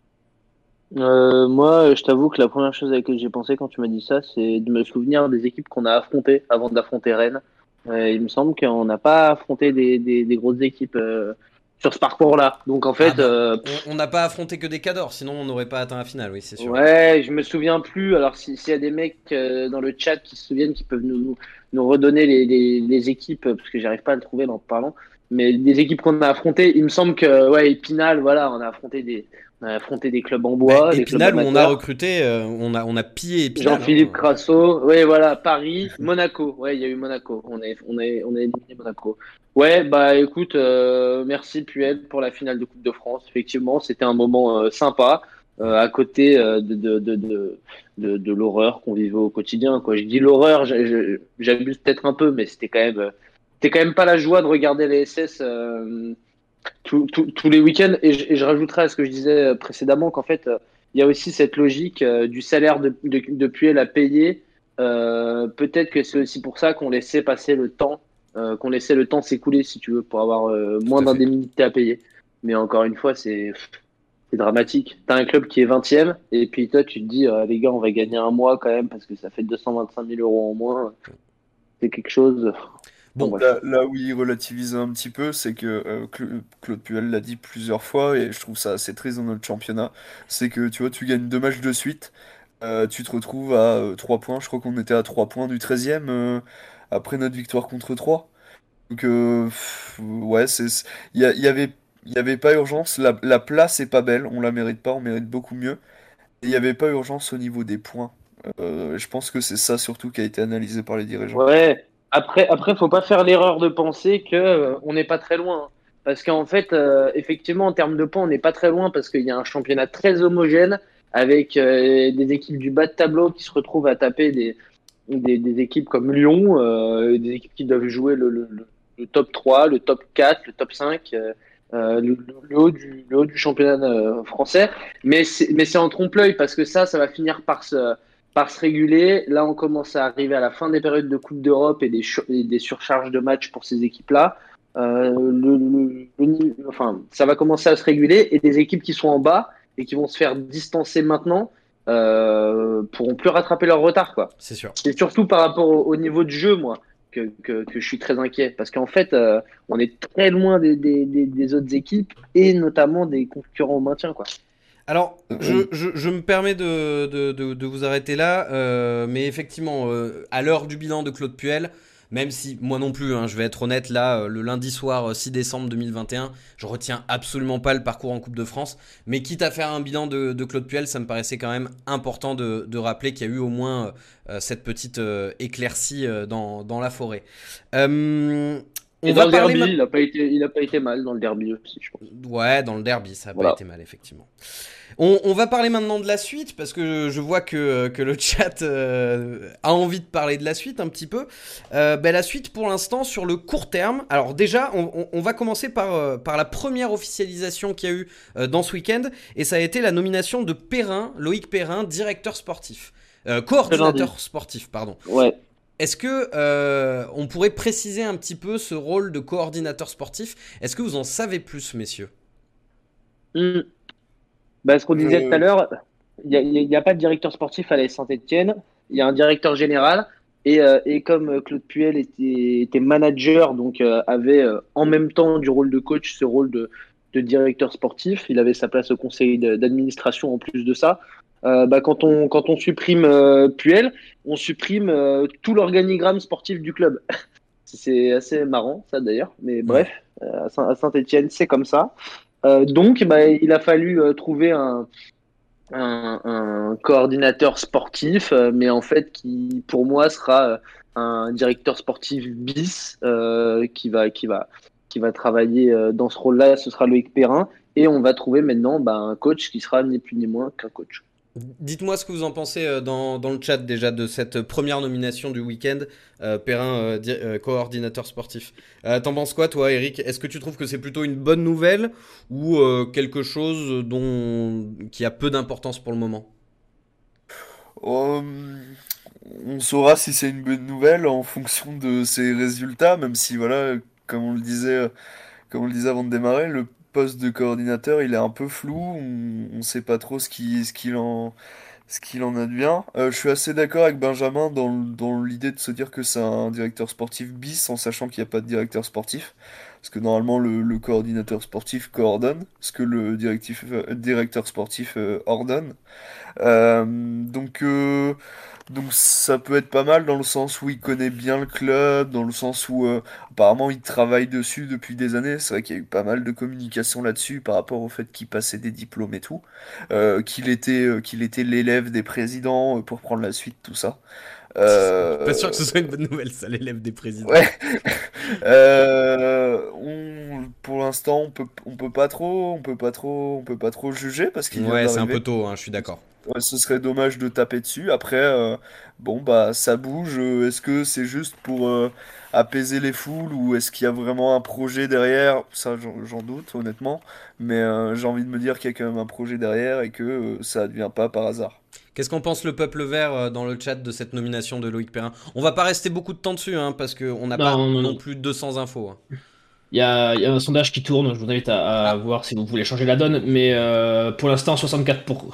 [SPEAKER 3] Moi, je t'avoue que la première chose à laquelle j'ai pensé quand tu m'as dit ça, c'est de me souvenir des équipes qu'on a affrontées avant d'affronter Rennes. Il me semble qu'on n'a pas affronté des grosses équipes sur ce parcours-là. Donc en
[SPEAKER 2] Ah
[SPEAKER 3] fait,
[SPEAKER 2] bah, on n'a pas affronté que des cadors, sinon on n'aurait pas atteint la finale, oui, c'est sûr.
[SPEAKER 3] ouais, je me souviens plus. Alors s'il y a des mecs dans le chat qui se souviennent, qui peuvent nous redonner les équipes, parce que j'arrive pas à le trouver en parlant, mais des équipes qu'on a affrontées, il me semble que ouais, Épinal, voilà, on a affronté des clubs en
[SPEAKER 2] Bah,
[SPEAKER 3] bois, des clubs
[SPEAKER 2] Épinal, où on a
[SPEAKER 3] amateurs.
[SPEAKER 2] recruté, on a pillé Épinal.
[SPEAKER 3] Jean-Philippe
[SPEAKER 2] Hein.
[SPEAKER 3] Crasso, ouais, voilà, Paris, Monaco, ouais, il y a eu Monaco, on a éliminé Monaco. Ouais, bah écoute, merci Puel pour la finale de Coupe de France. Effectivement, c'était un moment sympa
[SPEAKER 2] Ouais.
[SPEAKER 3] à côté de l'horreur qu'on vivait au quotidien. Quoi. Je dis l'horreur, j'abuse peut-être un peu, mais c'était quand même pas la joie de regarder les SS tous les week-ends. Et je rajouterais à ce que je disais précédemment qu'en fait, il y a aussi cette logique du salaire de Puel à payer. Peut-être que c'est aussi pour ça qu'on laissait passer le temps, qu'on laissait le temps s'écouler, si tu veux, pour avoir
[SPEAKER 2] Tout
[SPEAKER 3] moins
[SPEAKER 2] à fait.
[SPEAKER 3] d'indemnités à payer. Mais encore une fois, c'est dramatique. T'as un club qui est 20e, et puis toi, tu te dis, les gars, on va gagner un mois quand même, parce que ça fait 225 000 euros en moins. C'est quelque chose.
[SPEAKER 2] Bon,
[SPEAKER 4] Là où il relativise un petit peu, c'est que Claude Puel l'a dit plusieurs fois, et je trouve ça assez triste dans notre championnat, c'est que tu vois, tu gagnes 2 matchs de suite, tu te retrouves à 3 points, je crois qu'on était à 3 points du 13e après notre victoire contre 3. Donc ouais, il y avait pas urgence, la place est pas belle, on la mérite pas, on mérite beaucoup mieux, et il y avait pas urgence au niveau des points. Je pense que c'est ça surtout qui a été analysé par les dirigeants.
[SPEAKER 3] Ouais. Après, faut pas faire l'erreur de penser que on n'est pas très loin, hein. Parce qu'en fait, effectivement, en termes de points, on n'est pas très loin parce qu'il y a un championnat très homogène avec des équipes du bas de tableau qui se retrouvent à taper des équipes comme Lyon, des équipes qui doivent jouer le top 3, le top 4, le top 5, le haut du championnat français. Mais c'est en trompe-l'œil parce que ça va finir par se réguler. Là, on commence à arriver à la fin des périodes de Coupe d'Europe et des surcharges de matchs pour ces équipes-là. Enfin, ça va commencer à se réguler et des équipes qui sont en bas et qui vont se faire distancer maintenant pourront plus rattraper leur retard, quoi.
[SPEAKER 2] c'est sûr.
[SPEAKER 3] C'est surtout par rapport au niveau de jeu, moi, que je suis très inquiet. Parce qu'en fait, on est très loin des autres équipes et notamment des concurrents au maintien, quoi.
[SPEAKER 2] Alors, je me permets de vous arrêter là, mais effectivement, à l'heure du bilan de Claude Puel, même si moi non plus, hein, je vais être honnête, là, le lundi soir 6 décembre 2021, je retiens absolument pas le parcours en Coupe de France, mais quitte à faire un bilan de Claude Puel, ça me paraissait quand même important de rappeler qu'il y a eu au moins cette petite éclaircie dans la forêt. On
[SPEAKER 3] Et dans
[SPEAKER 2] va
[SPEAKER 3] le
[SPEAKER 2] parler
[SPEAKER 3] derby, il a pas été mal dans le derby aussi, je pense.
[SPEAKER 2] Ouais, dans le derby, ça n'a pas
[SPEAKER 3] Voilà.
[SPEAKER 2] été mal, effectivement. On va parler maintenant de la suite, parce que je vois que le chat a envie de parler de la suite un petit peu. La suite, pour l'instant, sur le court terme. Alors déjà, on va commencer par la première officialisation qu'il y a eu dans ce week-end, et ça a été la nomination de Perrin, Loïc Perrin, directeur sportif. Coordinateur sportif, pardon.
[SPEAKER 3] Ouais.
[SPEAKER 2] Est-ce que on pourrait préciser un petit peu ce rôle de coordinateur sportif? Est-ce que vous en savez plus, messieurs?
[SPEAKER 3] Ce qu'on disait tout à l'heure, il y a pas de directeur sportif à la Saint-Etienne. Il y a un directeur général. Et comme Claude Puel était manager, donc avait en même temps du rôle de coach ce rôle de directeur sportif, il avait sa place au conseil d'administration en plus de ça. Quand on supprime Puel, on supprime tout l'organigramme sportif du club. C'est assez marrant, ça d'ailleurs. Mais bref, à Saint-Etienne, c'est comme ça. Donc, il a fallu trouver un coordinateur sportif, mais en fait, qui pour moi sera un directeur sportif bis qui va travailler dans ce rôle-là. Ce sera Loïc Perrin. Et on va trouver maintenant un coach qui sera ni plus ni moins qu'un coach.
[SPEAKER 2] Dites-moi ce que vous en pensez dans le chat déjà de cette première nomination du week-end, Perrin, coordinateur sportif. T'en penses quoi toi, Eric? Est-ce que tu trouves que c'est plutôt une bonne nouvelle ou quelque chose qui a peu d'importance pour le moment?
[SPEAKER 4] On saura si c'est une bonne nouvelle en fonction de ses résultats, même si voilà, comme on le disait avant de démarrer, le poste de coordinateur il est un peu flou, on sait pas trop ce qu'il en advient. Je suis assez d'accord avec Benjamin dans l'idée de se dire que c'est un directeur sportif bis en sachant qu'il n'y a pas de directeur sportif. Parce que normalement le coordinateur sportif coordonne, ce que le directeur sportif ordonne. Euh, donc, euh, donc ça peut être pas mal dans le sens où il connaît bien le club, dans le sens où apparemment il travaille dessus depuis des années. C'est vrai qu'il y a eu pas mal de communication là-dessus par rapport au fait qu'il passait des diplômes et tout, qu'il était l'élève des présidents pour prendre la suite, tout ça.
[SPEAKER 2] Je suis pas sûr
[SPEAKER 4] Euh,
[SPEAKER 2] que ce soit une bonne nouvelle, ça, l'élève des présidents.
[SPEAKER 4] ouais. Pour l'instant, on peut pas trop juger parce qu'il vient
[SPEAKER 2] Ouais, c'est un peu
[SPEAKER 4] d'arriver.
[SPEAKER 2] tôt, hein, je suis d'accord.
[SPEAKER 4] Ouais, ce serait dommage de taper dessus. Après, ça bouge. Est-ce que c'est juste pour apaiser les foules ou est-ce qu'il y a vraiment un projet derrière? Ça, j'en doute, honnêtement. Mais j'ai envie de me dire qu'il y a quand même un projet derrière et que ça ne vient pas par hasard.
[SPEAKER 2] Qu'est-ce qu'en pense le peuple vert dans le chat de cette nomination de Loïc Perrin? On va pas rester beaucoup de temps dessus, hein, parce qu'on n'a pas
[SPEAKER 5] Non, non,
[SPEAKER 2] non
[SPEAKER 5] non.
[SPEAKER 2] plus 200 infos, hein.
[SPEAKER 5] Il y a un sondage qui tourne, je vous invite à
[SPEAKER 2] Ah,
[SPEAKER 5] voir si vous voulez changer la donne, mais pour l'instant,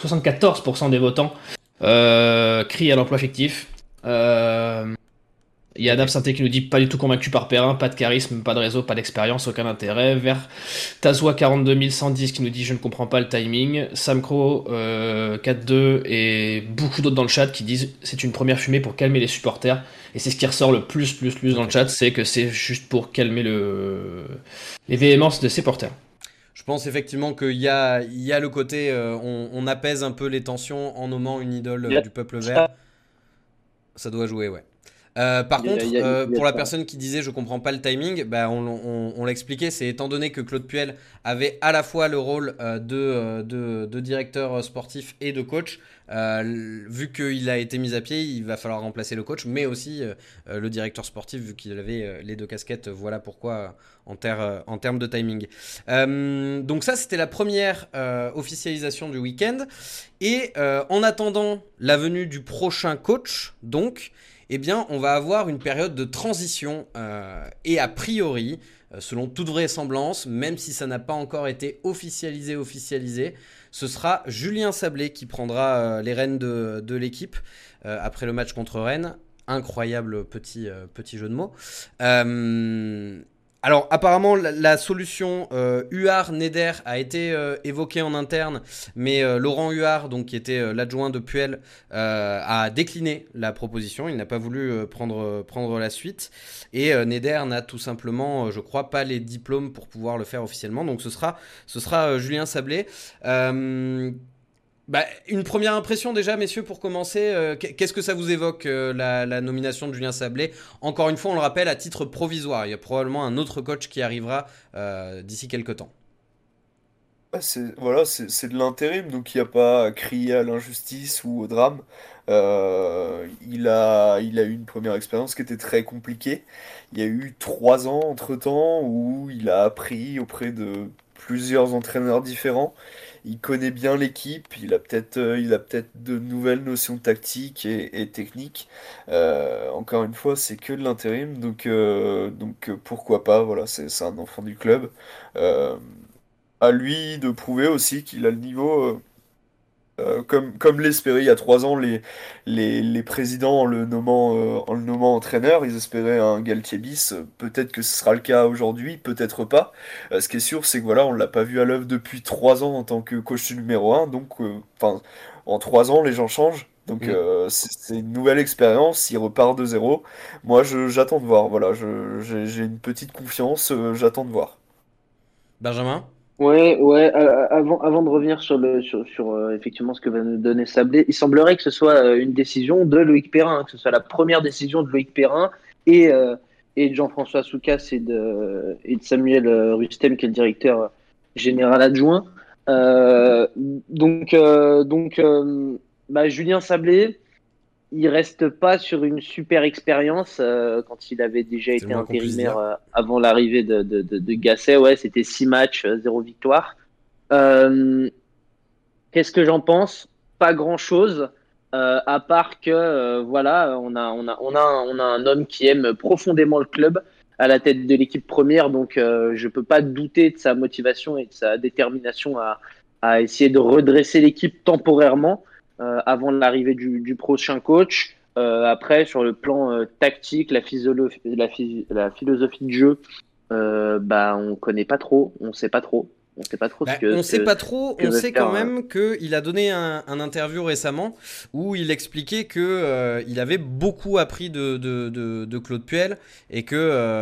[SPEAKER 5] 74% des votants crient à l'emploi fictif. Il y a Dab Synthé qui nous dit pas du tout convaincu par Perrin, pas de charisme, pas de réseau, pas d'expérience, aucun intérêt. Vers Tazoa 42110 qui nous dit je ne comprends pas le timing. Samcro 42 et beaucoup d'autres dans le chat qui disent c'est une première fumée pour calmer les supporters. Et c'est ce qui ressort le plus dans le chat, c'est que c'est juste pour calmer les véhémences de ses supporters.
[SPEAKER 2] Je pense effectivement qu'il y a le côté on apaise un peu les tensions en nommant une idole du peuple vert. Ça doit jouer, ouais. Par contre, pour la personne qui disait je comprends pas le timing, bah on l'a expliqué, c'est étant donné que Claude Puel avait à la fois le rôle de directeur sportif et de coach, vu qu'il a été mis à pied, il va falloir remplacer le coach, mais aussi le directeur sportif, vu qu'il avait les deux casquettes. Voilà pourquoi en termes de timing. Donc ça, c'était la première officialisation du week-end. Et en attendant la venue du prochain coach, donc, eh bien, on va avoir une période de transition et a priori, selon toute vraisemblance, même si ça n'a pas encore été officialisé, ce sera Julien Sablé qui prendra les rênes de l'équipe après le match contre Rennes. Incroyable petit jeu de mots. Alors apparemment la solution Huard-Neder a été évoquée en interne, mais Laurent Huard, donc, qui était l'adjoint de Puel, a décliné la proposition. Il n'a pas voulu prendre la suite. Et Neder n'a tout simplement, je crois, pas les diplômes pour pouvoir le faire officiellement. Donc ce sera Julien Sablé. Une première impression déjà, messieurs, pour commencer, qu'est-ce que ça vous évoque la nomination de Julien Sablé? Encore une fois, on le rappelle, à titre provisoire. Il y a probablement un autre coach qui arrivera d'ici quelques temps.
[SPEAKER 4] Ouais, c'est de l'intérim, donc il n'y a pas à crier à l'injustice ou au drame. Il a eu une première expérience qui était très compliquée. Il y a eu 3 ans entre-temps où il a appris auprès de plusieurs entraîneurs différents. Il connaît bien l'équipe, il a peut-être de nouvelles notions tactiques et techniques. Encore une fois, c'est que de l'intérim, donc pourquoi pas, voilà, c'est un enfant du club. Euh, à lui de prouver aussi qu'il a le niveau, comme l'espéraient il y a 3 ans les présidents en le nommant entraîneur, ils espéraient un Galtier bis. Peut-être que ce sera le cas aujourd'hui, peut-être pas. Ce qui est sûr, c'est que voilà, on l'a pas vu à l'œuvre depuis 3 ans en tant que coach numéro un. Donc, enfin, en 3 ans, les gens changent. Donc, c'est une nouvelle expérience. Il repart de zéro. Moi, j'attends de voir. Voilà, j'ai une petite confiance. J'attends de voir.
[SPEAKER 2] Benjamin?
[SPEAKER 3] Ouais, avant de revenir sur effectivement ce que va nous donner Sablé, il semblerait que ce soit une décision de Loïc Perrin, que ce soit la première décision de Loïc Perrin et de Jean-François Soucas et de Samuel Rustem, qui est le directeur général adjoint. Julien Sablé, il reste pas sur une super expérience quand il avait déjà
[SPEAKER 2] C'est
[SPEAKER 3] été
[SPEAKER 2] le moins qu'on puisse dire.
[SPEAKER 3] intérimaire avant l'arrivée de Gasset. Ouais, c'était 6 matchs, 0 victoire. Euh, Qu'est-ce que j'en pense? Pas grand-chose, à part que voilà, on a un homme qui aime profondément le club à la tête de l'équipe première, donc je peux pas douter de sa motivation et de sa détermination à essayer de redresser l'équipe temporairement avant l'arrivée du prochain coach. Après, sur le plan tactique, la philosophie de jeu, on connaît pas trop, on sait pas trop. On sait pas trop
[SPEAKER 2] On sait pas trop, on
[SPEAKER 3] veut
[SPEAKER 2] sait
[SPEAKER 3] faire,
[SPEAKER 2] quand même qu'il a donné un interview récemment où il expliquait que il avait beaucoup appris de Claude Puel et que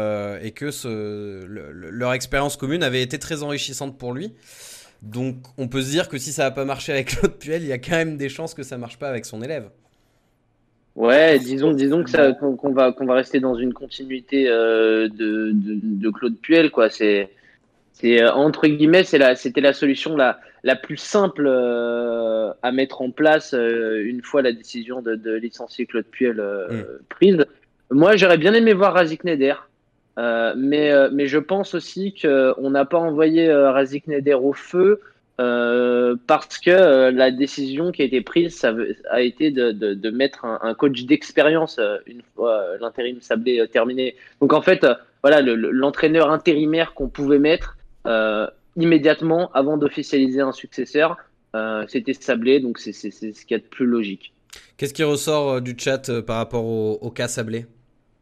[SPEAKER 2] leur expérience commune avait été très enrichissante pour lui. Donc on peut se dire que si ça n'a pas marché avec Claude Puel, il y a quand même des chances que ça marche pas avec son élève.
[SPEAKER 3] Ouais, disons que qu'on va rester dans une continuité de Claude Puel, quoi. C'est entre guillemets, c'était la solution la plus simple à mettre en place une fois la décision de licencier Claude Puel prise. Moi, j'aurais bien aimé voir Razik Neder, mais je pense aussi qu'on n'a pas envoyé Razik Neder au feu parce que la décision qui a été prise, a été de mettre un coach d'expérience une fois l'intérim Sablé terminé. Donc en fait, voilà, l'entraîneur intérimaire qu'on pouvait mettre immédiatement avant d'officialiser un successeur, c'était Sablé, donc c'est ce qu'il y a de plus logique.
[SPEAKER 2] Qu'est-ce qui ressort du chat par rapport au cas Sablé?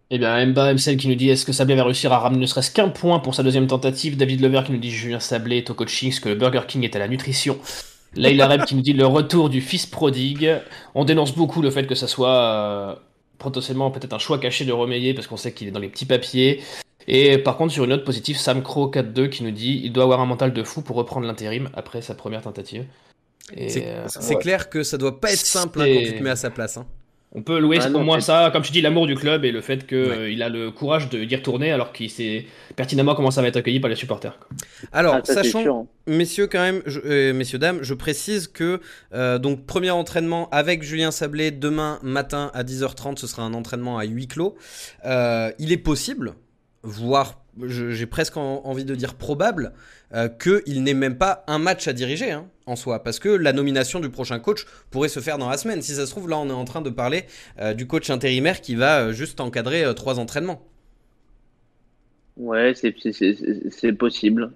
[SPEAKER 5] Eh bien, Mba MCL qui nous dit est-ce que Sablé va réussir à ramener ne serait-ce qu'un point pour sa deuxième tentative? David Lever qui nous dit Julien Sablé est au coaching, ce que le Burger King est à la nutrition. Leïla Reb qui nous dit le retour du fils prodigue. On dénonce beaucoup le fait que ça soit potentiellement peut-être un choix caché de Romeyer parce qu'on sait qu'il est dans les petits papiers. Et par contre, sur une note positive, Sam Crow 4-2 qui nous dit il doit avoir un mental de fou pour reprendre l'intérim après sa première tentative. Et
[SPEAKER 2] C'est
[SPEAKER 4] Ouais.
[SPEAKER 2] clair que ça doit pas être simple hein, quand tu te mets à sa place. Hein.
[SPEAKER 5] on peut louer
[SPEAKER 3] Ah
[SPEAKER 5] au
[SPEAKER 3] non,
[SPEAKER 5] moins
[SPEAKER 3] c'est
[SPEAKER 5] ça, comme tu dis, l'amour du club et le fait
[SPEAKER 2] Ouais.
[SPEAKER 5] qu'il a le courage d'y retourner alors qu'il sait pertinemment comment ça va être accueilli par les supporters, quoi.
[SPEAKER 2] Alors,
[SPEAKER 3] ça c'est
[SPEAKER 2] sachant,
[SPEAKER 3] sûr.
[SPEAKER 2] messieurs, quand même, messieurs, dames, je précise que donc premier entraînement avec Julien Sablé demain matin à 10h30, ce sera un entraînement à huis clos. Il est possible, voire j'ai presque envie de dire probable, qu'il n'ait même pas un match à diriger hein, en soi, parce que la nomination du prochain coach pourrait se faire dans la semaine. Si ça se trouve, là, on est en train de parler du coach intérimaire qui va juste encadrer 3 entraînements.
[SPEAKER 3] Ouais, c'est possible.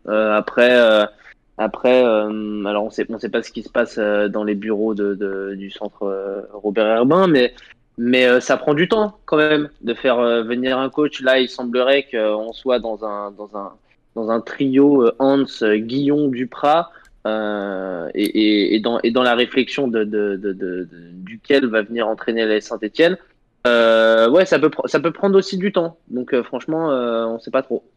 [SPEAKER 3] Alors on sait pas ce qui se passe dans les bureaux du centre Robert Herbin, mais ça prend du temps quand même de faire venir un coach. Là, il semblerait qu'on soit dans un trio Hans, Guillon, Duprat, et dans la réflexion duquel va venir entraîner la Saint-Étienne. Ouais, ça peut prendre aussi du temps. Donc franchement, on sait pas trop.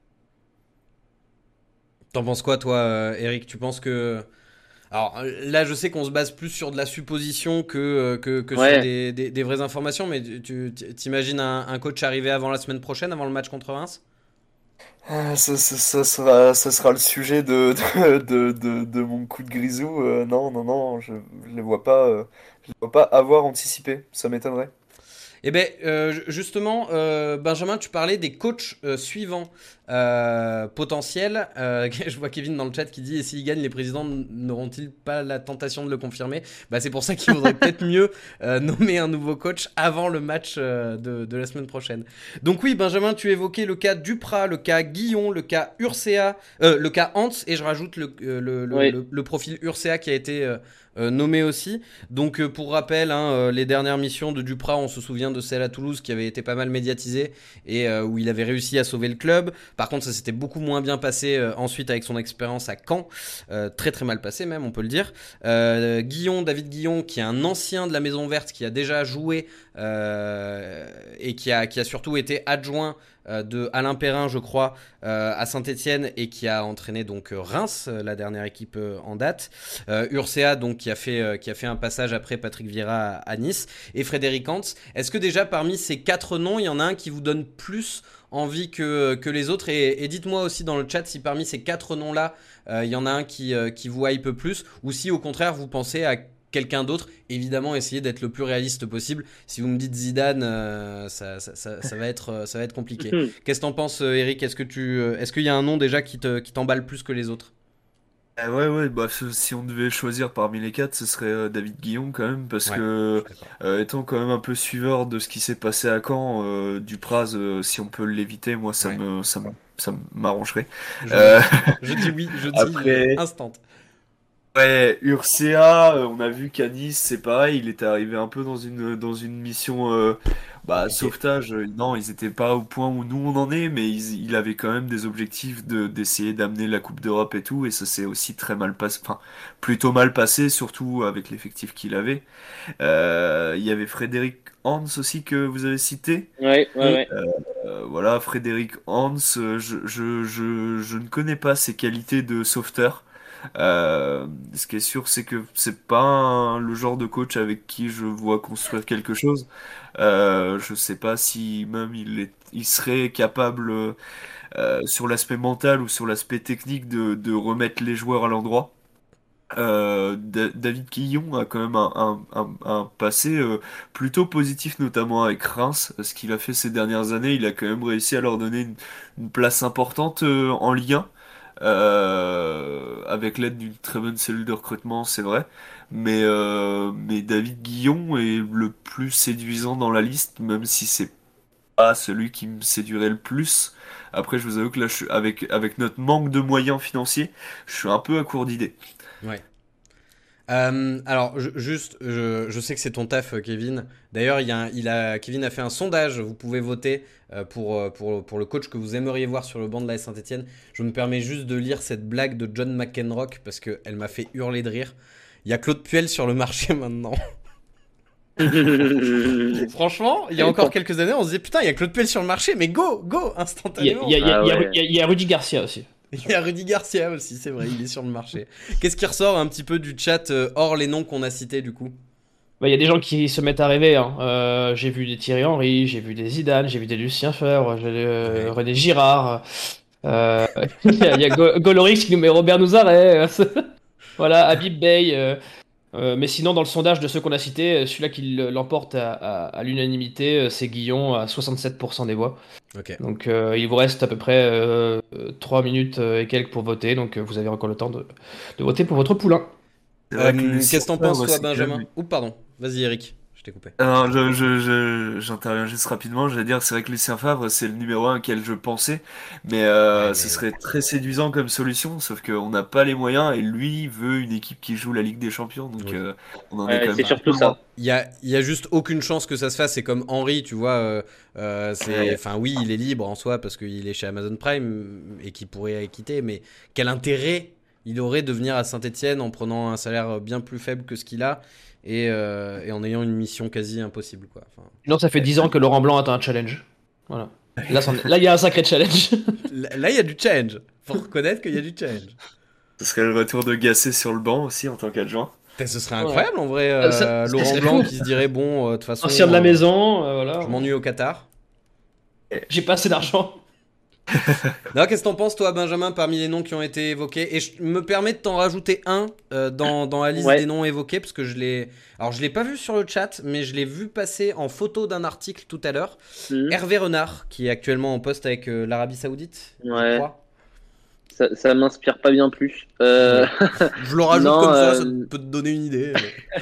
[SPEAKER 2] T'en penses quoi, toi, Eric? Tu penses que... Alors là, je sais qu'on se base plus sur de la supposition que sur
[SPEAKER 3] Ouais.
[SPEAKER 2] des vraies informations, mais t'imagines un coach arriver avant la semaine prochaine, avant le match contre Reims?
[SPEAKER 4] Ça sera le sujet de mon coup de grisou. Non, non, non, je les vois pas avoir anticipé. Ça m'étonnerait.
[SPEAKER 2] Eh bien, justement, Benjamin, tu parlais des coachs suivants potentiels. Je vois Kevin dans le chat qui dit et s'ils gagnent, les présidents n'auront-ils pas la tentation de le confirmer? Bah, c'est pour ça qu'il vaudrait peut-être mieux nommer un nouveau coach avant le match de la semaine prochaine. Donc, oui, Benjamin, tu évoquais le cas Duprat, le cas Guillon, le cas Urcea, le cas Hans, et je rajoute
[SPEAKER 3] Oui.
[SPEAKER 2] le profil Urcea qui a été nommé aussi. Donc pour rappel, hein, les dernières missions de Duprat, on se souvient de celle à Toulouse qui avait été pas mal médiatisée et où il avait réussi à sauver le club. Par contre, ça s'était beaucoup moins bien passé ensuite avec son expérience à Caen. Très très mal passé même, on peut le dire. David Guillon, qui est un ancien de la Maison Verte, qui a déjà joué et qui a surtout été adjoint de Alain Perrin, je crois, à Saint-Etienne et qui a entraîné donc Reims, la dernière équipe en date. Urcea, donc, qui a fait un passage après Patrick Vieira à Nice. Et Frédéric Hans. Est-ce que déjà parmi ces 4 noms, il y en a un qui vous donne plus envie que les autres et dites-moi aussi dans le chat si parmi ces 4 noms-là, il y en a un qui vous hype plus ou si au contraire vous pensez à quelqu'un d'autre. Évidemment, essayez d'être le plus réaliste possible. Si vous me dites Zidane, ça va être compliqué. Qu'est-ce que t'en penses, Eric? Est-ce qu'il y a un nom déjà qui t'emballe plus que les autres?
[SPEAKER 4] Ouais, bah, si on devait choisir parmi les quatre, ce serait David Guillon quand même, parce
[SPEAKER 2] Ouais, je
[SPEAKER 4] que
[SPEAKER 2] suis d'accord.
[SPEAKER 4] étant quand même un peu suiveur de ce qui s'est passé à Caen, Dupraz, si on peut l'éviter, moi
[SPEAKER 2] Ouais.
[SPEAKER 4] ça m'arrangerait.
[SPEAKER 2] Je
[SPEAKER 4] Euh,
[SPEAKER 2] note. Je dis oui, je dis
[SPEAKER 4] après,
[SPEAKER 2] instant.
[SPEAKER 4] ouais, Urcea, on a vu qu'à Nice, c'est pareil, il était arrivé un peu dans une mission
[SPEAKER 2] Compliqué.
[SPEAKER 4] sauvetage. Non, ils étaient pas au point où nous on en est, mais il avait quand même des objectifs d'essayer d'amener la Coupe d'Europe et tout, et ça s'est aussi très mal passé, enfin, plutôt mal passé, surtout avec l'effectif qu'il avait. Il y avait Frédéric Hans aussi que vous avez cité.
[SPEAKER 3] Ouais, ouais,
[SPEAKER 2] Hmm.
[SPEAKER 3] ouais.
[SPEAKER 4] Voilà, Frédéric Hans, je ne connais pas ses qualités de sauveteur. Ce qui est sûr, c'est que c'est pas le genre de coach avec qui je vois construire quelque chose. Je sais pas si même il serait capable sur l'aspect mental ou sur l'aspect technique de remettre les joueurs à l'endroit. David Quillon a quand même un passé plutôt positif, notamment avec Reims. Ce qu'il a fait ces dernières années, il a quand même réussi à leur donner une place importante en Ligue 1, avec l'aide d'une très bonne cellule de recrutement, c'est vrai. Mais David Guillon est le plus séduisant dans la liste, même si c'est pas celui qui me séduirait le plus. Après, je vous avoue que là, avec notre manque de moyens financiers, je suis un peu à court d'idées.
[SPEAKER 2] Ouais. Alors, je sais que c'est ton taf, Kevin. D'ailleurs, Kevin a fait un sondage. Vous pouvez voter pour le coach que vous aimeriez voir sur le banc de la Saint-Etienne. Je me permets juste de lire cette blague de John McEnroe parce qu'elle m'a fait hurler de rire. Il y a Claude Puel sur le marché maintenant. Franchement, il y a encore quelques années, on se disait putain, il y a Claude Puel sur le marché, mais go, instantanément.
[SPEAKER 5] Il y a Rudy Garcia aussi.
[SPEAKER 2] Il y a Rudy Garcia aussi, c'est vrai, il est sur le marché. Qu'est-ce qui ressort un petit peu du chat hors les noms qu'on a cités du coup?
[SPEAKER 5] Bah, il y a des gens qui se mettent à rêver, hein. J'ai vu des Thierry Henry, j'ai vu des Zidane, j'ai vu des Lucien Favre, René Girard. Il y a Golorix qui nous met Robert Nouzaret. Voilà, Habib Bey. Mais sinon, dans le sondage de ceux qu'on a cités, celui-là qui l'emporte à l'unanimité, c'est Guillon à 67% des voix.
[SPEAKER 2] Ok.
[SPEAKER 5] Donc il vous reste à peu près 3 minutes et quelques pour voter, donc vous avez encore le temps de voter pour votre poulain.
[SPEAKER 4] C'est vrai que
[SPEAKER 2] Qu'est-ce que t'en penses, toi,
[SPEAKER 4] c'est
[SPEAKER 2] Benjamin?
[SPEAKER 4] quand même-
[SPEAKER 2] Ou pardon, vas-y, Eric, je t'ai coupé.
[SPEAKER 4] Alors, j'interviens juste rapidement. J'allais dire, c'est vrai que Lucien Favre, c'est le numéro un auquel je pensais, mais ce serait très séduisant comme solution, sauf qu'on n'a pas les moyens et lui veut une équipe qui joue la Ligue des Champions, donc
[SPEAKER 2] Oui.
[SPEAKER 4] on en est quand même
[SPEAKER 3] C'est surtout ça.
[SPEAKER 2] Il y a juste aucune chance que ça se fasse. C'est comme Henry, tu vois.
[SPEAKER 4] Ouais.
[SPEAKER 2] Enfin, oui, il est libre en soi parce qu'il est chez Amazon Prime et qu'il pourrait quitter. Mais quel intérêt il aurait de venir à Saint-Etienne en prenant un salaire bien plus faible que ce qu'il a et en ayant une mission quasi impossible, quoi. Enfin,
[SPEAKER 5] Sinon, ça fait 10 ans que Laurent Blanc a un challenge. Voilà. Là, il y a un sacré challenge.
[SPEAKER 2] là, il y a du challenge. Faut reconnaître qu'il y a du challenge.
[SPEAKER 4] Ce serait le retour de Gasset sur le banc aussi en tant qu'adjoint.
[SPEAKER 2] Putain, ce serait incroyable en vrai.
[SPEAKER 5] Ça
[SPEAKER 2] Laurent
[SPEAKER 5] serait
[SPEAKER 2] Blanc
[SPEAKER 5] fou.
[SPEAKER 2] qui se dirait bon, de toute façon,
[SPEAKER 5] Ancien de la maison, voilà.
[SPEAKER 2] je m'ennuie au Qatar.
[SPEAKER 5] J'ai pas assez d'argent.
[SPEAKER 2] Non, qu'est-ce que t'en penses, toi, Benjamin, parmi les noms qui ont été évoqués? Et je me permets de t'en rajouter un dans la liste
[SPEAKER 3] Ouais.
[SPEAKER 2] des noms évoqués, parce que je l'ai pas vu sur le chat, mais je l'ai vu passer en photo d'un article tout à l'heure.
[SPEAKER 3] Mhm.
[SPEAKER 2] Hervé Renard, qui est actuellement en poste avec l'Arabie Saoudite, je
[SPEAKER 3] Ouais.
[SPEAKER 2] crois.
[SPEAKER 3] Ça m'inspire pas bien plus.
[SPEAKER 2] Je le rajoute
[SPEAKER 3] Non,
[SPEAKER 2] comme ça peut te donner une idée.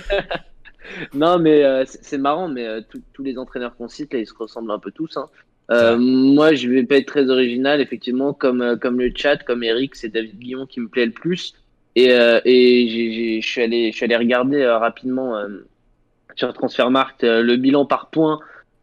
[SPEAKER 3] Non, mais c'est marrant, mais tous les entraîneurs qu'on cite, là, ils se ressemblent un peu tous, hein.
[SPEAKER 2] vrai.
[SPEAKER 3] Moi, je vais pas être très original, effectivement, comme le chat, comme Eric, c'est David Guillon qui me plaît le plus. Et je suis allé regarder rapidement sur Transfermarkt le bilan par point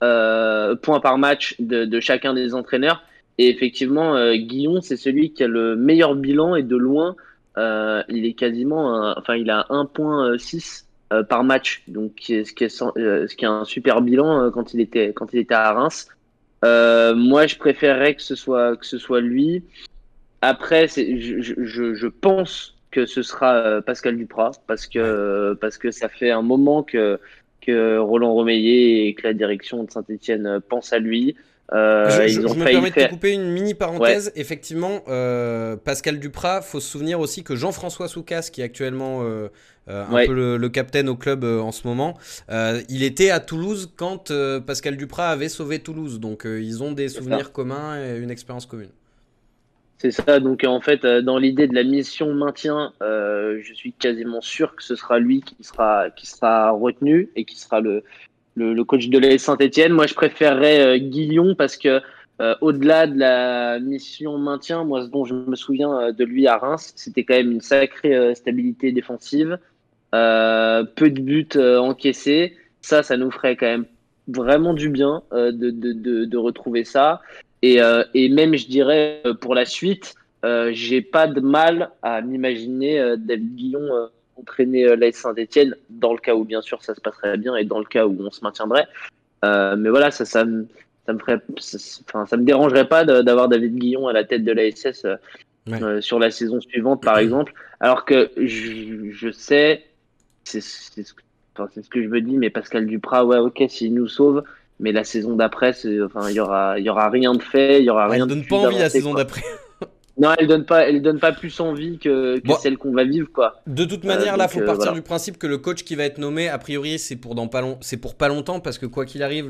[SPEAKER 3] par match de chacun des entraîneurs. Et effectivement, Guillon, c'est celui qui a le meilleur bilan et de loin, il est quasiment, enfin, il a 1,6 par match, donc ce qui est un super bilan quand il était à Reims. Moi, je préférerais que ce soit lui. Après, je pense que ce sera Pascal Duprat parce que ça fait un moment que Roland Romeyer et que la direction de Saint-Etienne pense à lui.
[SPEAKER 2] Je
[SPEAKER 3] Ils ont
[SPEAKER 2] me
[SPEAKER 3] failli
[SPEAKER 2] permets de te
[SPEAKER 3] faire.
[SPEAKER 2] couper une mini parenthèse. Effectivement, Pascal Duprat, faut se souvenir aussi que Jean-François Soucas, qui est actuellement un
[SPEAKER 3] Ouais.
[SPEAKER 2] peu le capitaine au club en ce moment, il était à Toulouse quand Pascal Duprat avait sauvé Toulouse. Donc ils ont des souvenirs communs et une expérience commune.
[SPEAKER 3] C'est ça, donc en fait, dans l'idée de la mission maintien, je suis quasiment sûr que ce sera lui qui sera retenu et qui sera le coach de l'AS Saint-Etienne. Moi, je préférerais Guillon parce que au-delà de la mission maintien, moi, ce dont je me souviens de lui à Reims, c'était quand même une sacrée stabilité défensive, peu de buts encaissés. Ça nous ferait quand même vraiment du bien de retrouver ça. Et même, je dirais, pour la suite, j'ai pas de mal à m'imaginer David Guillon entraîner l'AS Saint-Etienne, dans le cas où, bien sûr, ça se passerait bien et dans le cas où on se maintiendrait. Mais voilà, ça me ferait, ça me dérangerait pas d'avoir David Guillon à la tête de l'ASS sur la saison suivante, par exemple. Alors que je sais, c'est ce que je me dis, mais Pascal Duprat, ouais, ok, s'il nous sauve. Mais la saison d'après, il y aura rien de fait, il y aura rien
[SPEAKER 2] Elle
[SPEAKER 3] de
[SPEAKER 2] donne
[SPEAKER 3] plus
[SPEAKER 2] pas envie la
[SPEAKER 3] d'avancé,
[SPEAKER 2] saison
[SPEAKER 3] quoi.
[SPEAKER 2] d'après.
[SPEAKER 3] Non, elle donne pas plus envie que
[SPEAKER 2] Bon.
[SPEAKER 3] celle qu'on va vivre, quoi.
[SPEAKER 2] De toute manière, là,
[SPEAKER 3] donc,
[SPEAKER 2] faut partir
[SPEAKER 3] voilà.
[SPEAKER 2] du principe que le coach qui va être nommé, a priori, c'est pour pas longtemps, parce que quoi qu'il arrive,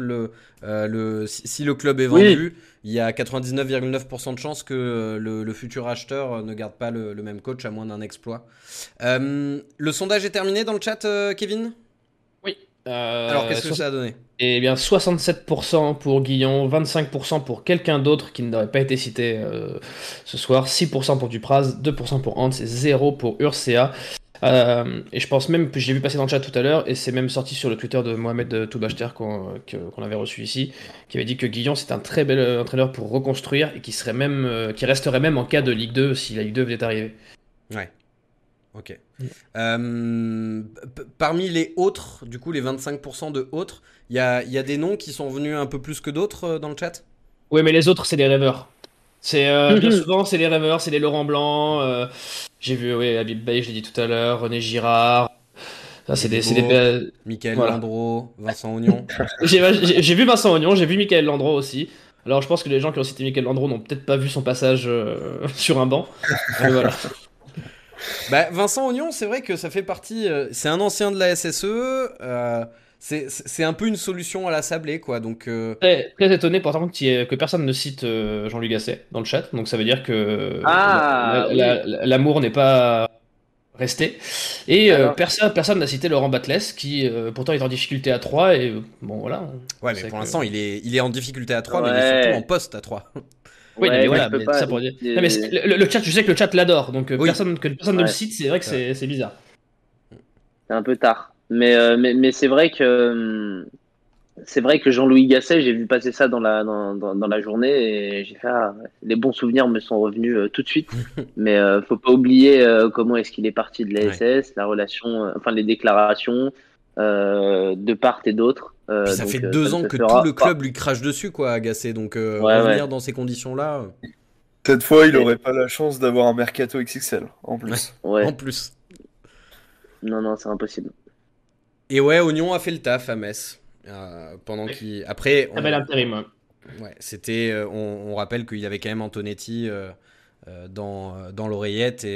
[SPEAKER 2] si le club est vendu, il y a 99,9% de chances que le futur acheteur ne garde pas le même coach à moins d'un exploit. Le sondage est terminé dans le chat, Kevin?
[SPEAKER 5] Oui.
[SPEAKER 2] Alors, qu'est-ce que ça a donné?
[SPEAKER 5] Eh bien, 67% pour Guillon, 25% pour quelqu'un d'autre qui n'aurait pas été cité ce soir, 6% pour Dupraz, 2% pour Hans et 0% pour Urcea. Et je pense même que je l'ai vu passer dans le chat tout à l'heure, et c'est même sorti sur le Twitter de Mohamed Toubachter qu'on avait reçu ici, qui avait dit que Guillon c'est un très bel entraîneur pour reconstruire et qui resterait même en cas de Ligue 2 si la Ligue 2 venait d'arriver.
[SPEAKER 2] Ouais. Ok. Parmi les autres, du coup, les 25% de autres, il y a des noms qui sont venus un peu plus que d'autres dans le chat.
[SPEAKER 5] Oui, mais les autres, c'est des rêveurs. C'est bien souvent, c'est les rêveurs, c'est les Laurent Blanc. J'ai vu, oui, Habib Beye, je l'ai dit tout à l'heure, René Girard. Ça, c'est des.
[SPEAKER 2] Michael
[SPEAKER 5] Voilà.
[SPEAKER 2] Landreau, Vincent Ognon.
[SPEAKER 5] J'ai vu Vincent Ognon, j'ai vu Michael Landreau aussi. Alors, je pense que les gens qui ont cité Michael Landreau n'ont peut-être pas vu son passage sur un banc. Mais voilà.
[SPEAKER 2] Bah, Vincent Ognon, c'est vrai que ça fait partie. C'est un ancien de la SSE. C'est un peu une solution à la sablée, quoi. Donc,
[SPEAKER 5] Très, très étonné pourtant que personne ne cite Jean-Luc Gasset dans le chat. Donc, ça veut dire que l'amour n'est pas resté. Et
[SPEAKER 3] Alors
[SPEAKER 5] personne n'a cité Laurent Batles, qui pourtant est en difficulté à 3. Et bon, voilà.
[SPEAKER 2] ouais, mais pour l'instant, il est en difficulté à 3, mais il est
[SPEAKER 3] Ouais.
[SPEAKER 2] surtout en poste à 3.
[SPEAKER 5] Oui,
[SPEAKER 3] Ouais,
[SPEAKER 5] mais
[SPEAKER 3] mais
[SPEAKER 5] voilà,
[SPEAKER 3] je peux
[SPEAKER 5] mais
[SPEAKER 3] pas.
[SPEAKER 5] ça pour dire. Non, mais le chat, je sais que le chat l'adore, donc
[SPEAKER 2] Oui.
[SPEAKER 5] personne ne le
[SPEAKER 3] Ouais.
[SPEAKER 5] cite, c'est vrai que
[SPEAKER 2] Ouais.
[SPEAKER 5] c'est bizarre.
[SPEAKER 3] C'est un peu tard. Mais c'est vrai que Jean-Louis Gasset, j'ai vu passer ça dans la journée et j'ai fait les bons souvenirs me sont revenus tout de suite. Mais faut pas oublier comment est-ce qu'il est parti de la SS, la relation, enfin les déclarations de part et d'autre.
[SPEAKER 2] Puis ça
[SPEAKER 3] donc,
[SPEAKER 2] fait
[SPEAKER 3] ça
[SPEAKER 2] 2
[SPEAKER 3] ne
[SPEAKER 2] ans
[SPEAKER 3] se
[SPEAKER 2] que
[SPEAKER 3] fera
[SPEAKER 2] tout le
[SPEAKER 3] pas.
[SPEAKER 2] club lui crache dessus, quoi, agacé. Donc,
[SPEAKER 3] Ouais,
[SPEAKER 2] revenir
[SPEAKER 3] ouais.
[SPEAKER 2] dans ces conditions-là,
[SPEAKER 4] Cette fois, il
[SPEAKER 3] Et-
[SPEAKER 4] aurait pas la chance d'avoir un mercato XXL en plus.
[SPEAKER 3] Ouais.
[SPEAKER 2] en plus.
[SPEAKER 3] Non, c'est impossible.
[SPEAKER 2] Et ouais, Ognon a fait le taf à Metz. Pendant qu'il. Après,
[SPEAKER 5] Très bel intérim.
[SPEAKER 2] ouais, c'était. On rappelle qu'il y avait quand même Antonetti dans l'oreillette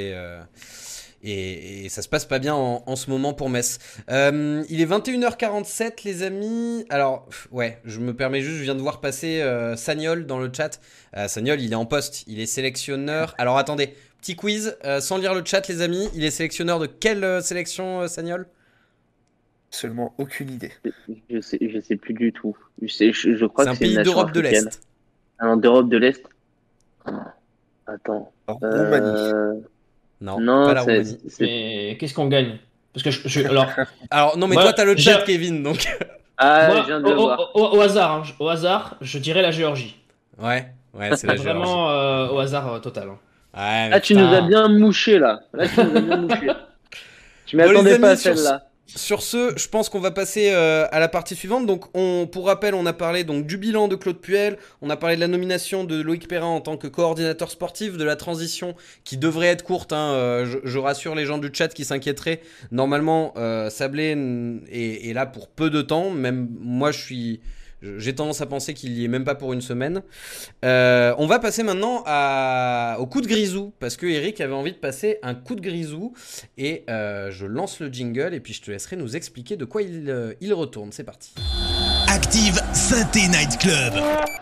[SPEAKER 2] et ça se passe pas bien en ce moment pour Metz. Il est 21h47, les amis. Alors, ouais, je me permets juste, je viens de voir passer Sagnol dans le chat. Sagnol, il est en poste, il est sélectionneur. Alors, attendez, petit quiz, sans lire le chat, les amis. Il est sélectionneur de quelle sélection, Sagnol?
[SPEAKER 4] Seulement aucune idée.
[SPEAKER 3] Je sais plus du tout. Je crois
[SPEAKER 2] C'est
[SPEAKER 3] que
[SPEAKER 2] un
[SPEAKER 3] c'est une
[SPEAKER 2] pays
[SPEAKER 3] nation
[SPEAKER 2] d'Europe de
[SPEAKER 3] africaine.
[SPEAKER 2] l'Est.
[SPEAKER 3] Un d'Europe de l'Est. Ah, attends.
[SPEAKER 4] Roumanie.
[SPEAKER 2] Non,
[SPEAKER 3] Non,
[SPEAKER 2] pas la Roumanie.
[SPEAKER 5] Mais qu'est-ce qu'on gagne? Parce que
[SPEAKER 2] Alors, non, mais
[SPEAKER 5] moi,
[SPEAKER 2] toi, t'as le chat,
[SPEAKER 5] j'ai-
[SPEAKER 2] Kevin, donc.
[SPEAKER 3] Ah,
[SPEAKER 5] moi,
[SPEAKER 3] je viens de le voir.
[SPEAKER 5] au hasard, hein, au hasard, je dirais la Géorgie.
[SPEAKER 2] Ouais, c'est la Géorgie.
[SPEAKER 5] Vraiment au hasard total. Hein.
[SPEAKER 2] Ouais, mais
[SPEAKER 3] Ah, tu nous as
[SPEAKER 2] putain.
[SPEAKER 3] bien mouché là. Là, tu nous as bien mouché. Je
[SPEAKER 2] Bon, les
[SPEAKER 3] m'attendais
[SPEAKER 2] amis,
[SPEAKER 3] pas à celle-là.
[SPEAKER 2] Sur ce, je pense qu'on va passer à la partie suivante. Donc, pour rappel, on a parlé donc du bilan de Claude Puel, on a parlé de la nomination de Loïc Perrin en tant que coordinateur sportif, de la transition qui devrait être courte. Hein, je rassure les gens du chat qui s'inquiéteraient. Normalement, Sablé est là pour peu de temps. Même moi, j'ai tendance à penser qu'il y est même pas pour une semaine. On va passer maintenant au coup de grisou, parce que Eric avait envie de passer un coup de grisou, et je lance le jingle, et puis je te laisserai nous expliquer de quoi il retourne. C'est parti.
[SPEAKER 1] Active Synthé Night Club.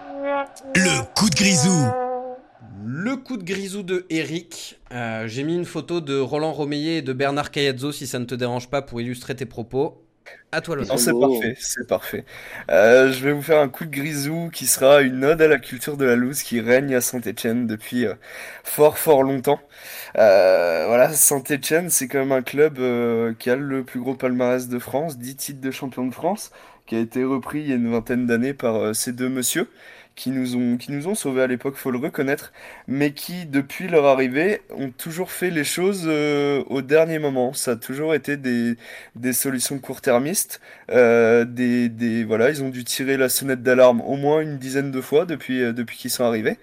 [SPEAKER 1] Le coup de grisou.
[SPEAKER 2] Le coup de grisou de Eric. J'ai mis une photo de Roland Romeillet et de Bernard Cayazzo, si ça ne te dérange pas, pour illustrer tes propos. À toi l'honneur.
[SPEAKER 4] Non, c'est
[SPEAKER 3] beau.
[SPEAKER 4] parfait, c'est parfait. Je vais vous faire un coup de grisou qui sera une ode à la culture de la loose qui règne à Saint-Étienne depuis fort longtemps. Voilà, Saint-Étienne, c'est quand même un club qui a le plus gros palmarès de France, 10 titres de champion de France, qui a été repris il y a une vingtaine d'années par ces deux messieurs qui nous ont sauvés à l'époque, faut le reconnaître, mais qui, depuis leur arrivée, ont toujours fait les choses au dernier moment. Ça a toujours été des solutions court-termistes. Voilà, ils ont dû tirer la sonnette d'alarme au moins une dizaine de fois depuis qu'ils sont arrivés.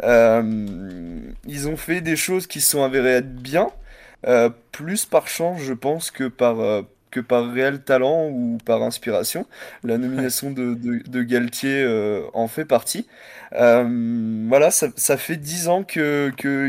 [SPEAKER 4] Ils ont fait des choses qui se sont avérées être bien, plus par chance, je pense, que par réel talent ou par inspiration. La nomination de Galtier en fait partie. Voilà, ça fait 10 ans que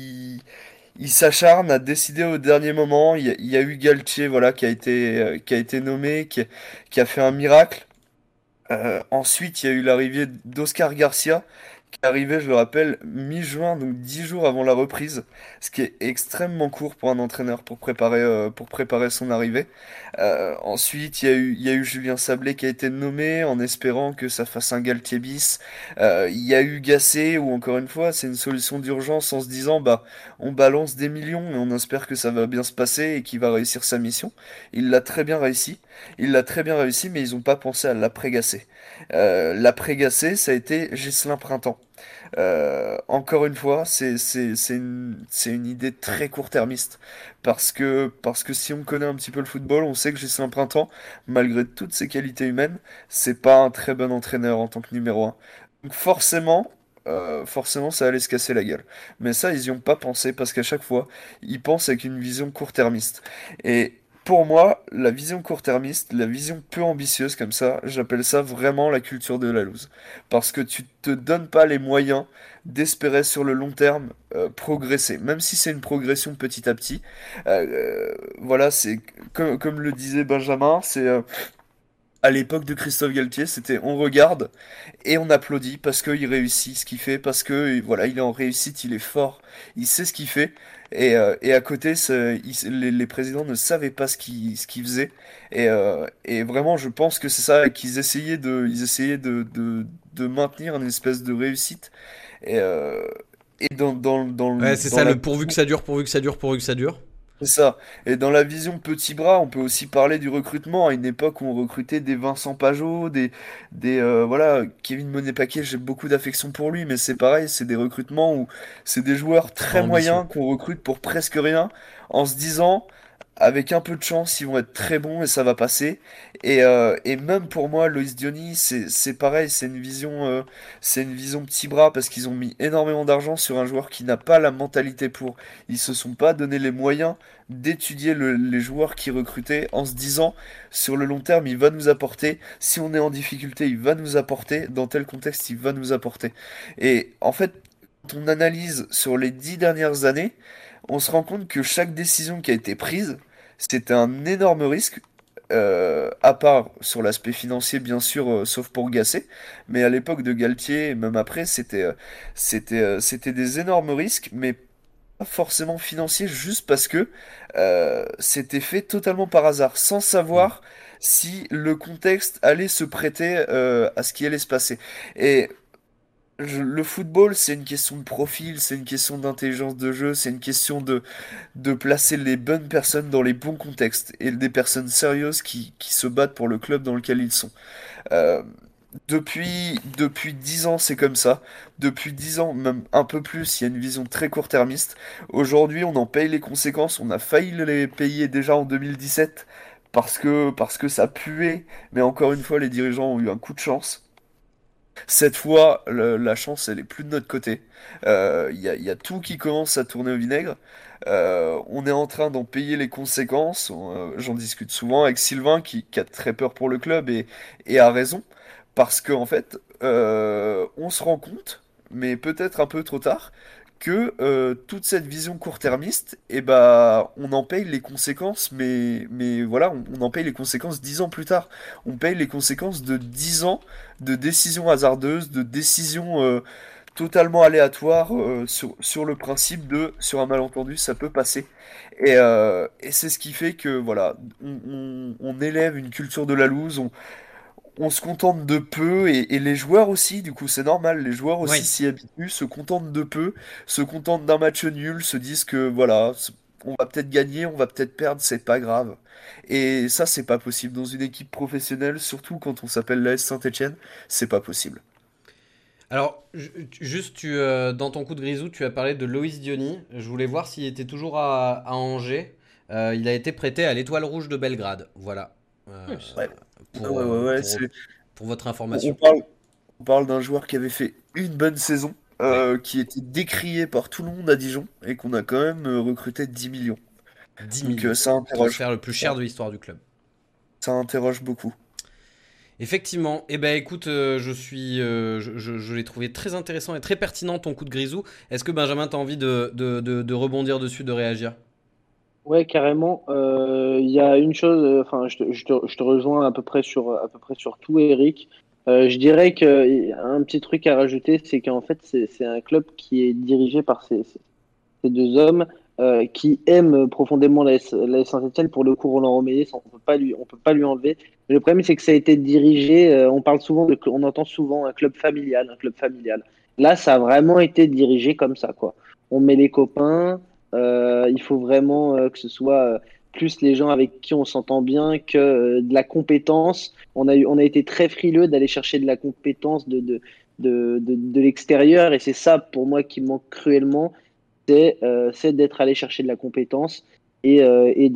[SPEAKER 4] il s'acharne à décider au dernier moment. Il y a eu Galtier, voilà, qui a été nommé, qui a fait un miracle. Ensuite, il y a eu l'arrivée d'Oscar Garcia, qui est arrivé, je le rappelle, mi-juin, donc 10 jours avant la reprise, ce qui est extrêmement court pour un entraîneur pour préparer son arrivée. Ensuite, il y a eu Julien Sablé qui a été nommé en espérant que ça fasse un Galtier bis. Il y a eu Gasset, où encore une fois, c'est une solution d'urgence en se disant, bah, on balance des millions et on espère que ça va bien se passer et qu'il va réussir sa mission. Il l'a très bien réussi. Il l'a très bien réussi, mais ils n'ont pas pensé à l'après-Gasset. L'après-Gasset, ça a été Ghislain Printemps. Encore une fois, c'est une idée très court-termiste. Parce que si on connaît un petit peu le football, on sait que Ghislain Printemps, malgré toutes ses qualités humaines, c'est pas un très bon entraîneur en tant que numéro un. Donc forcément, ça allait se casser la gueule. Mais ça, ils y ont pas pensé parce qu'à chaque fois, ils pensent avec une vision court-termiste. Et pour moi, la vision court-termiste, la vision peu ambitieuse comme ça, j'appelle ça vraiment la culture de la loose. Parce que tu te donnes pas les moyens d'espérer sur le long terme progresser, même si c'est une progression petit à petit. Voilà, c'est comme le disait Benjamin, c'est à l'époque de Christophe Galtier, c'était on regarde et on applaudit parce qu'il réussit ce qu'il fait, parce que voilà, il est en réussite, il est fort, il sait ce qu'il fait. Et à côté, les présidents ne savaient pas ce qu'ils faisaient. Et vraiment, je pense que c'est ça, qu'ils essayaient de maintenir une espèce de réussite. Et, euh, et
[SPEAKER 2] Ouais, c'est
[SPEAKER 4] dans
[SPEAKER 2] ça,
[SPEAKER 4] la
[SPEAKER 2] le pourvu que ça dure, pourvu que ça dure, pourvu que ça dure.
[SPEAKER 4] c'est ça. Et dans la vision petit bras, on peut aussi parler du recrutement. À une époque où on recrutait des Vincent Pajot, voilà, Kevin Monet-Paquet, j'ai beaucoup d'affection pour lui, mais c'est pareil, c'est des recrutements où c'est des joueurs
[SPEAKER 2] C'est pas
[SPEAKER 4] très
[SPEAKER 2] ambitieux.
[SPEAKER 4] moyens qu'on recrute pour presque rien, en se disant, avec un peu de chance, ils vont être très bons et ça va passer. Et même pour moi, Loïs Diony, c'est pareil, c'est une vision petit bras parce qu'ils ont mis énormément d'argent sur un joueur qui n'a pas la mentalité pour. Ils se sont pas donné les moyens d'étudier les joueurs qui recrutaient en se disant sur le long terme il va nous apporter, si on est en difficulté il va nous apporter, dans tel contexte il va nous apporter. Et en fait quand on analyse sur les 10 dernières années, on se rend compte que chaque décision qui a été prise, c'était un énorme risque. À part sur l'aspect financier bien sûr, sauf pour Gasset, mais à l'époque de Galtier et même après, c'était des énormes risques, mais pas forcément financier, juste parce que c'était fait totalement par hasard, sans
[SPEAKER 2] Mm.
[SPEAKER 4] savoir si le contexte allait se prêter à ce qui allait se passer. Et le football, c'est une question de profil, c'est une question d'intelligence de jeu, c'est une question de placer les bonnes personnes dans les bons contextes et des personnes sérieuses qui se battent pour le club dans lequel ils sont. Euh, depuis 10 ans, c'est comme ça. Depuis 10 ans, même un peu plus, il y a une vision très court-termiste. Aujourd'hui, on en paye les conséquences. On a failli les payer déjà en 2017 parce que ça puait. Mais encore une fois, les dirigeants ont eu un coup de chance. Cette fois, la chance, elle est plus de notre côté. Il y a tout qui commence à tourner au vinaigre. On est en train d'en payer les conséquences. J'en discute souvent avec Sylvain qui a très peur pour le club et a raison. Parce qu'en fait, on se rend compte, mais peut-être un peu trop tard, que toute cette vision court-termiste, eh ben, on en paye les conséquences, mais voilà, on en paye les conséquences 10 ans plus tard. On paye les conséquences de 10 ans de décisions hasardeuses, de décisions totalement aléatoires sur le principe de, sur un malentendu, ça peut passer. Et c'est ce qui fait que, voilà, on élève une culture de la loose, on se contente de peu et les joueurs aussi, du coup c'est normal, les joueurs aussi
[SPEAKER 2] Oui.
[SPEAKER 4] s'y habituent, se contentent de peu, se contentent d'un match nul, se disent que voilà, on va peut-être gagner, on va peut-être perdre, c'est pas grave. Et ça c'est pas possible dans une équipe professionnelle, surtout quand on s'appelle l'AS Saint-Étienne, c'est pas possible.
[SPEAKER 2] Alors, juste, dans ton coup de grisou, tu as parlé de Loïs Diony. Je voulais voir s'il était toujours à Angers. Il a été prêté à l'Étoile Rouge de Belgrade. Voilà. Euh,
[SPEAKER 4] Ouais,
[SPEAKER 2] pour,
[SPEAKER 4] ouais, ouais,
[SPEAKER 2] euh,
[SPEAKER 4] ouais,
[SPEAKER 2] pour, pour votre
[SPEAKER 4] on
[SPEAKER 2] information.
[SPEAKER 4] parle, on parle d'un joueur qui avait fait une bonne saison,
[SPEAKER 2] Ouais.
[SPEAKER 4] qui était décrié par tout le monde à Dijon et qu'on a quand même recruté 10 millions.
[SPEAKER 2] 10
[SPEAKER 4] Donc
[SPEAKER 2] millions.
[SPEAKER 4] ça interroge.
[SPEAKER 2] Transfert le plus
[SPEAKER 4] Ça,
[SPEAKER 2] cher de l'histoire du club.
[SPEAKER 4] ça interroge beaucoup.
[SPEAKER 2] Effectivement. Eh ben, écoute, je l'ai trouvé très intéressant et très pertinent ton coup de grisou. Est-ce que Benjamin, t'as envie de rebondir dessus, de réagir?
[SPEAKER 3] Ouais, carrément. Il y a une chose, enfin, je te rejoins à peu près sur tout, Eric. Je dirais qu'un petit truc à rajouter, c'est qu'en fait, c'est un club qui est dirigé par ces deux hommes qui aiment profondément la Saint-Etienne. Pour le coup, Roland Romeyer, ça, on peut pas lui enlever. Le problème, c'est que ça a été dirigé. On entend souvent un club familial, un club familial. Là, ça a vraiment été dirigé comme ça, quoi. On met les copains. Il faut vraiment que ce soit plus les gens avec qui on s'entend bien que de la compétence. On a été très frileux d'aller chercher de la compétence de l'extérieur, et c'est ça pour moi qui manque cruellement, c'est d'être allé chercher de la compétence et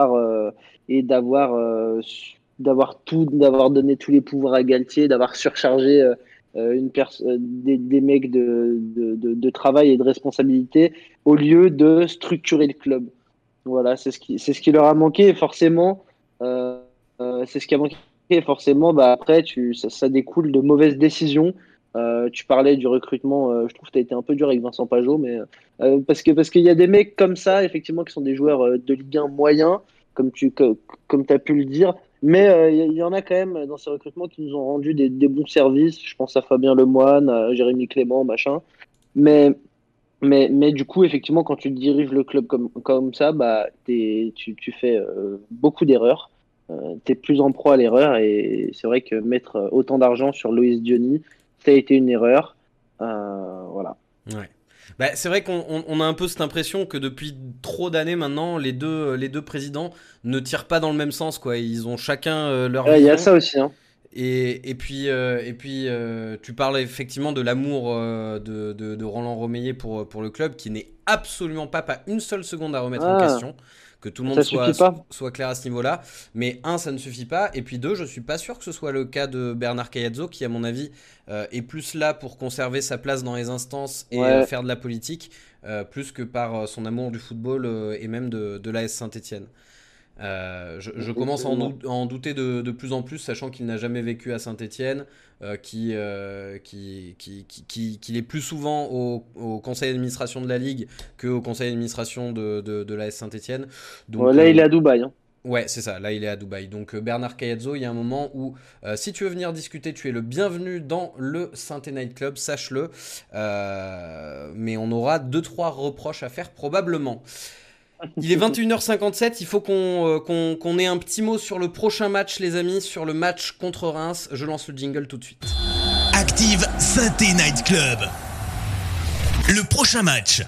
[SPEAKER 3] d'avoir donné tous les pouvoirs à Galtier, d'avoir surchargé des mecs de travail et de responsabilité au lieu de structurer le club. Voilà, c'est ce qui leur a manqué, et forcément, c'est ce qui a manqué, et forcément, bah après, ça découle de mauvaises décisions. Tu parlais du recrutement, je trouve que tu as été un peu dur avec Vincent Pajot, mais parce qu'il y a des mecs comme ça, effectivement, qui sont des joueurs de Ligue 1 moyens, comme tu as pu le dire, mais il y en a quand même dans ces recrutements qui nous ont rendu des bons services. Je pense à Fabien Lemoine, à Jérémy Clément, machin. Mais mais du coup, effectivement, quand tu diriges le club comme ça, bah, tu fais beaucoup d'erreurs. Tu es plus en proie à l'erreur, et c'est vrai que mettre autant d'argent sur Loïs Diony, ça a été une erreur. Voilà.
[SPEAKER 2] Ouais. Bah, c'est vrai qu'on a un peu cette impression que depuis trop d'années maintenant, les deux présidents ne tirent pas dans le même sens, quoi. Ils ont chacun leur
[SPEAKER 3] Il y a
[SPEAKER 2] vision.
[SPEAKER 3] ça aussi, hein.
[SPEAKER 2] Et puis, tu parles effectivement de l'amour de Roland Romeyer pour le club, qui n'est absolument pas une seule seconde à remettre en question. Que tout le monde
[SPEAKER 3] Ça suffit pas.
[SPEAKER 2] soit clair à ce niveau-là. Mais un, ça ne suffit pas. Et puis deux, je suis pas sûr que ce soit le cas de Bernard Caiazzo, qui à mon avis est plus là pour conserver sa place dans les instances et
[SPEAKER 3] Ouais.
[SPEAKER 2] faire de la politique, plus que par son amour du football et même de l'AS Saint-Etienne. Je commence à en douter de plus en plus, sachant qu'il n'a jamais vécu à Saint-Etienne, qu'il est plus souvent au conseil d'administration de la Ligue qu'au conseil d'administration de l'AS Saint-Etienne. Donc,
[SPEAKER 3] Là, il est à Dubaï, hein.
[SPEAKER 2] ouais, c'est ça, là il est à Dubaï. Donc Bernard Caiazzo, il y a un moment où, si tu veux venir discuter, tu es le bienvenu dans le Saint-Étienne Night Club, sache-le. Mais on aura 2-3 reproches à faire probablement. Il est 21h57, il faut qu'on ait un petit mot sur le prochain match, les amis, sur le match contre Reims. Je lance le jingle tout de suite.
[SPEAKER 1] Active Saint-Étienne Night Club. Le prochain match.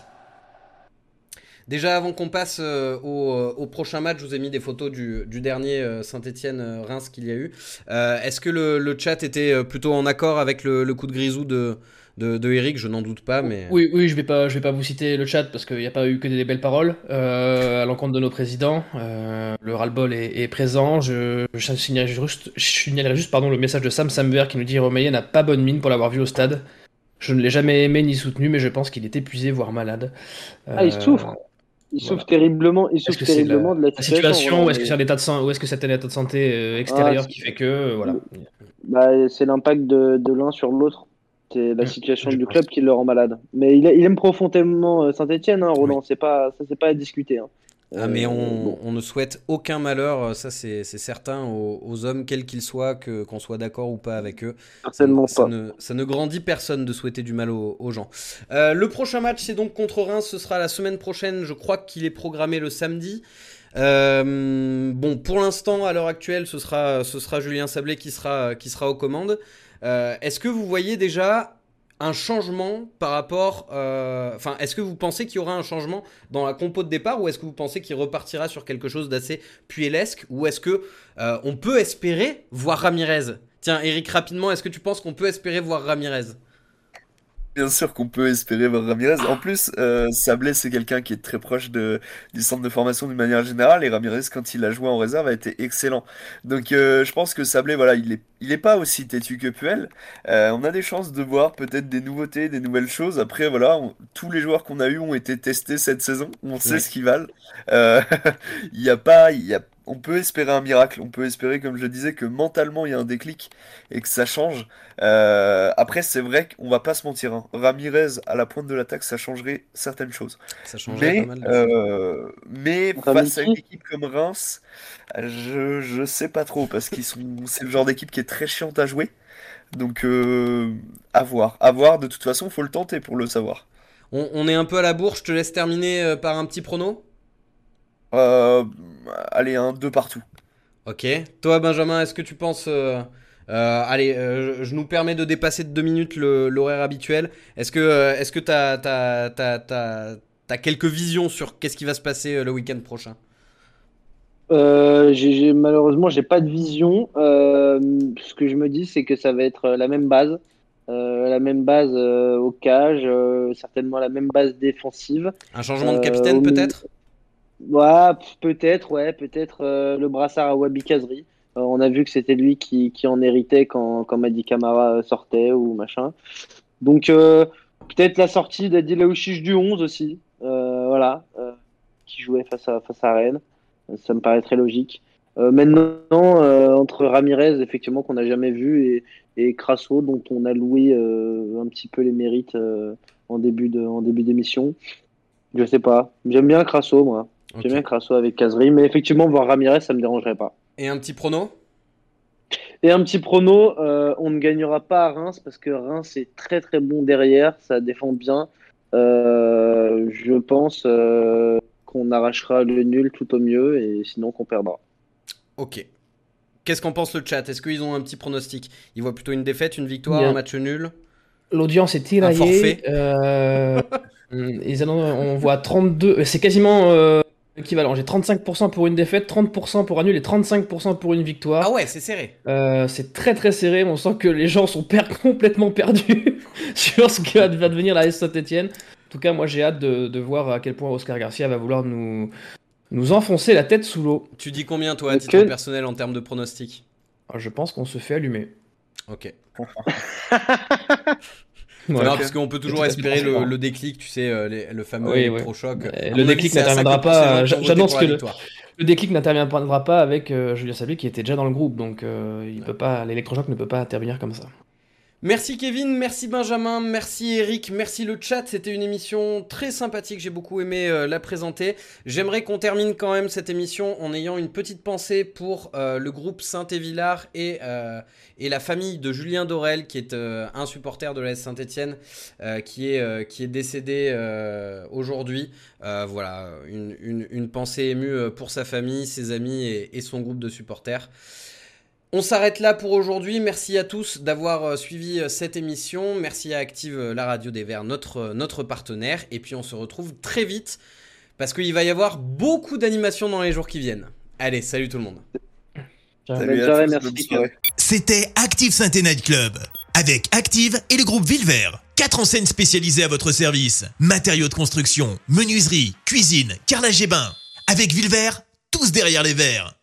[SPEAKER 2] Déjà, avant qu'on passe au prochain match, je vous ai mis des photos du dernier Saint-Etienne-Reims qu'il y a eu. Est-ce que le chat était plutôt en accord avec le coup de grisou de Eric? Je n'en doute pas, mais...
[SPEAKER 5] Oui, je vais pas vous citer le chat parce qu'il n'y a pas eu que des belles paroles à l'encontre de nos présidents. Le ras-le-bol est présent. Je signalerai juste le message de Sam Samver qui nous dit Romeyer n'a pas bonne mine pour l'avoir vu au stade. Je ne l'ai jamais aimé ni soutenu, mais je pense qu'il est épuisé, voire malade.
[SPEAKER 3] Il souffre. Il souffre terriblement. Il souffre terriblement de la
[SPEAKER 5] situation, ou est-ce que c'est un état de santé, ou est-ce que c'est un état de santé extérieur qui fait que voilà.
[SPEAKER 3] Bah, c'est l'impact de l'un sur l'autre. C'est la situation du club qui le rend malade. Mais il aime profondément Saint-Etienne, hein, Roland.
[SPEAKER 2] Oui.
[SPEAKER 3] C'est pas à discuter, hein.
[SPEAKER 2] Ah, mais on ne souhaite aucun malheur, ça c'est certain, aux hommes, quels qu'ils soient, qu'on soit d'accord ou pas avec eux.
[SPEAKER 3] Certainement
[SPEAKER 2] ça
[SPEAKER 3] pas.
[SPEAKER 2] ça ne grandit personne de souhaiter du mal aux gens. Le prochain match, c'est donc contre Reims, ce sera la semaine prochaine, je crois qu'il est programmé le samedi. Bon, pour l'instant, à l'heure actuelle, ce sera Julien Sablé qui sera aux commandes. Est-ce que vous voyez déjà un changement par rapport... est-ce que vous pensez qu'il y aura un changement dans la compo de départ, ou est-ce que vous pensez qu'il repartira sur quelque chose d'assez puellesque, ou est-ce que on peut espérer voir Ramirez? Tiens, Eric, rapidement, est-ce que tu penses qu'on peut espérer voir Ramirez?
[SPEAKER 4] Bien sûr qu'on peut espérer voir Ramirez. En plus, Sablé, c'est quelqu'un qui est très proche du centre de formation d'une manière générale. Et Ramirez, quand il a joué en réserve, a été excellent. Donc, je pense que Sablé, voilà, il est pas aussi têtu que Puel. On a des chances de voir peut-être des nouveautés, des nouvelles choses. Après, voilà, tous les joueurs qu'on a eus ont été testés cette saison. On sait ce qu'ils valent. Euh, il y a pas, il y a, on peut espérer un miracle. On peut espérer, comme je le disais, que mentalement, il y a un déclic et que ça change. Après, c'est vrai qu'on va pas se mentir, hein. Ramirez à la pointe de l'attaque, ça changerait certaines choses.
[SPEAKER 2] Ça changerait pas mal de choses.
[SPEAKER 4] Mais face à une équipe comme Reims, je sais pas trop parce c'est le genre d'équipe qui est très chiante à jouer. Donc, à voir. À voir, de toute façon, faut le tenter pour le savoir.
[SPEAKER 2] On est un peu à la bourre, je te laisse terminer par un petit prono.
[SPEAKER 4] Euh, Allez, un 2 partout.
[SPEAKER 2] Ok. Toi, Benjamin, est-ce que tu penses... allez, je nous permets de dépasser de 2 minutes l'horaire habituel. Est-ce que t'as quelques visions sur qu'est-ce qui va se passer le week-end prochain?
[SPEAKER 3] Malheureusement, j'ai pas de vision. Ce que je me dis, c'est que ça va être la même base au cage, certainement la même base défensive.
[SPEAKER 2] Un changement de
[SPEAKER 3] Euh,
[SPEAKER 2] capitaine
[SPEAKER 3] au mi-
[SPEAKER 2] peut-être?
[SPEAKER 3] Peut-être le brassard à Wabi Kazri. On a vu que c'était lui qui en héritait quand Madi Camara sortait ou machin. Donc peut-être la sortie d'Adil Aouchiche du 11 aussi, qui jouait face à Rennes. Ça me paraît très logique. Maintenant, entre Ramirez, effectivement, qu'on n'a jamais vu, et Crasso, dont on a loué un petit peu les mérites en début d'émission, je sais pas. J'aime bien Crasso, moi.
[SPEAKER 2] Ok.
[SPEAKER 3] J'aime bien Crasso avec Kazri, mais effectivement, voir Ramirez, ça me dérangerait pas.
[SPEAKER 2] Et un petit prono?
[SPEAKER 3] Et un petit prono, on ne gagnera pas à Reims parce que Reims est très très bon derrière, ça défend bien. Je pense qu'on arrachera le nul tout au mieux et sinon qu'on perdra.
[SPEAKER 2] Ok. Qu'est-ce qu'en pense le chat? Est-ce qu'ils ont un petit pronostic? Ils voient plutôt une défaite, une victoire,
[SPEAKER 5] Bien.
[SPEAKER 2] un match nul?
[SPEAKER 5] L'audience est
[SPEAKER 2] Un forfait.
[SPEAKER 5] tiraillée. On voit 32. C'est quasiment équivalent. J'ai 35% pour une défaite, 30% pour un nul et 35% pour une victoire.
[SPEAKER 2] Ah ouais, c'est serré.
[SPEAKER 5] C'est très très serré. On sent que les gens sont complètement perdus sur ce que va devenir la S Saint-Etienne. En tout cas, moi j'ai hâte de voir à quel point Oscar Garcia va vouloir nous enfoncer la tête sous l'eau.
[SPEAKER 2] Tu dis combien toi à
[SPEAKER 3] Ok.
[SPEAKER 2] titre personnel en termes de pronostic?
[SPEAKER 5] Je pense qu'on se fait allumer.
[SPEAKER 2] Ok.
[SPEAKER 5] Voilà.
[SPEAKER 2] Non, parce qu'on peut toujours
[SPEAKER 5] Tout à fait
[SPEAKER 2] espérer
[SPEAKER 5] différent.
[SPEAKER 2] le déclic, tu sais, le fameux
[SPEAKER 5] Oui, oui.
[SPEAKER 2] électrochoc. À
[SPEAKER 5] Le
[SPEAKER 2] mon
[SPEAKER 5] déclic
[SPEAKER 2] avis, c'est à
[SPEAKER 5] n'interviendra
[SPEAKER 2] 50%
[SPEAKER 5] pas.
[SPEAKER 2] des gens qui ont voté
[SPEAKER 5] J'annonce
[SPEAKER 2] pour
[SPEAKER 5] que
[SPEAKER 2] la
[SPEAKER 5] le
[SPEAKER 2] victoire.
[SPEAKER 5] déclic n'interviendra pas avec Julien Sabli qui était déjà dans le groupe, donc il peut pas, l'électrochoc ne peut pas intervenir comme ça.
[SPEAKER 2] Merci Kevin, merci Benjamin, merci Eric, merci le chat. C'était une émission très sympathique, j'ai beaucoup aimé la présenter. J'aimerais qu'on termine quand même cette émission en ayant une petite pensée pour le groupe Saint-Évillard et la famille de Julien Dorel, qui est un supporter de l'AS Saint-Etienne, qui est décédé aujourd'hui. Voilà, une pensée émue pour sa famille, ses amis et son groupe de supporters. On s'arrête là pour aujourd'hui. Merci à tous d'avoir suivi cette émission. Merci à Active, la radio des Verts, notre partenaire. Et puis on se retrouve très vite parce qu'il va y avoir beaucoup d'animations dans les jours qui viennent. Allez, salut tout le monde.
[SPEAKER 5] Ciao.
[SPEAKER 4] Salut
[SPEAKER 3] Bonne
[SPEAKER 4] à
[SPEAKER 3] soirée,
[SPEAKER 4] tous,
[SPEAKER 3] merci.
[SPEAKER 4] bonne soirée.
[SPEAKER 1] C'était Active Saint-Étienne Night Club. Avec Active et le groupe Villevert. 4 enseignes spécialisées à votre service. Matériaux de construction, menuiserie, cuisine, carrelage et bain. Avec Villevert, tous derrière les verres.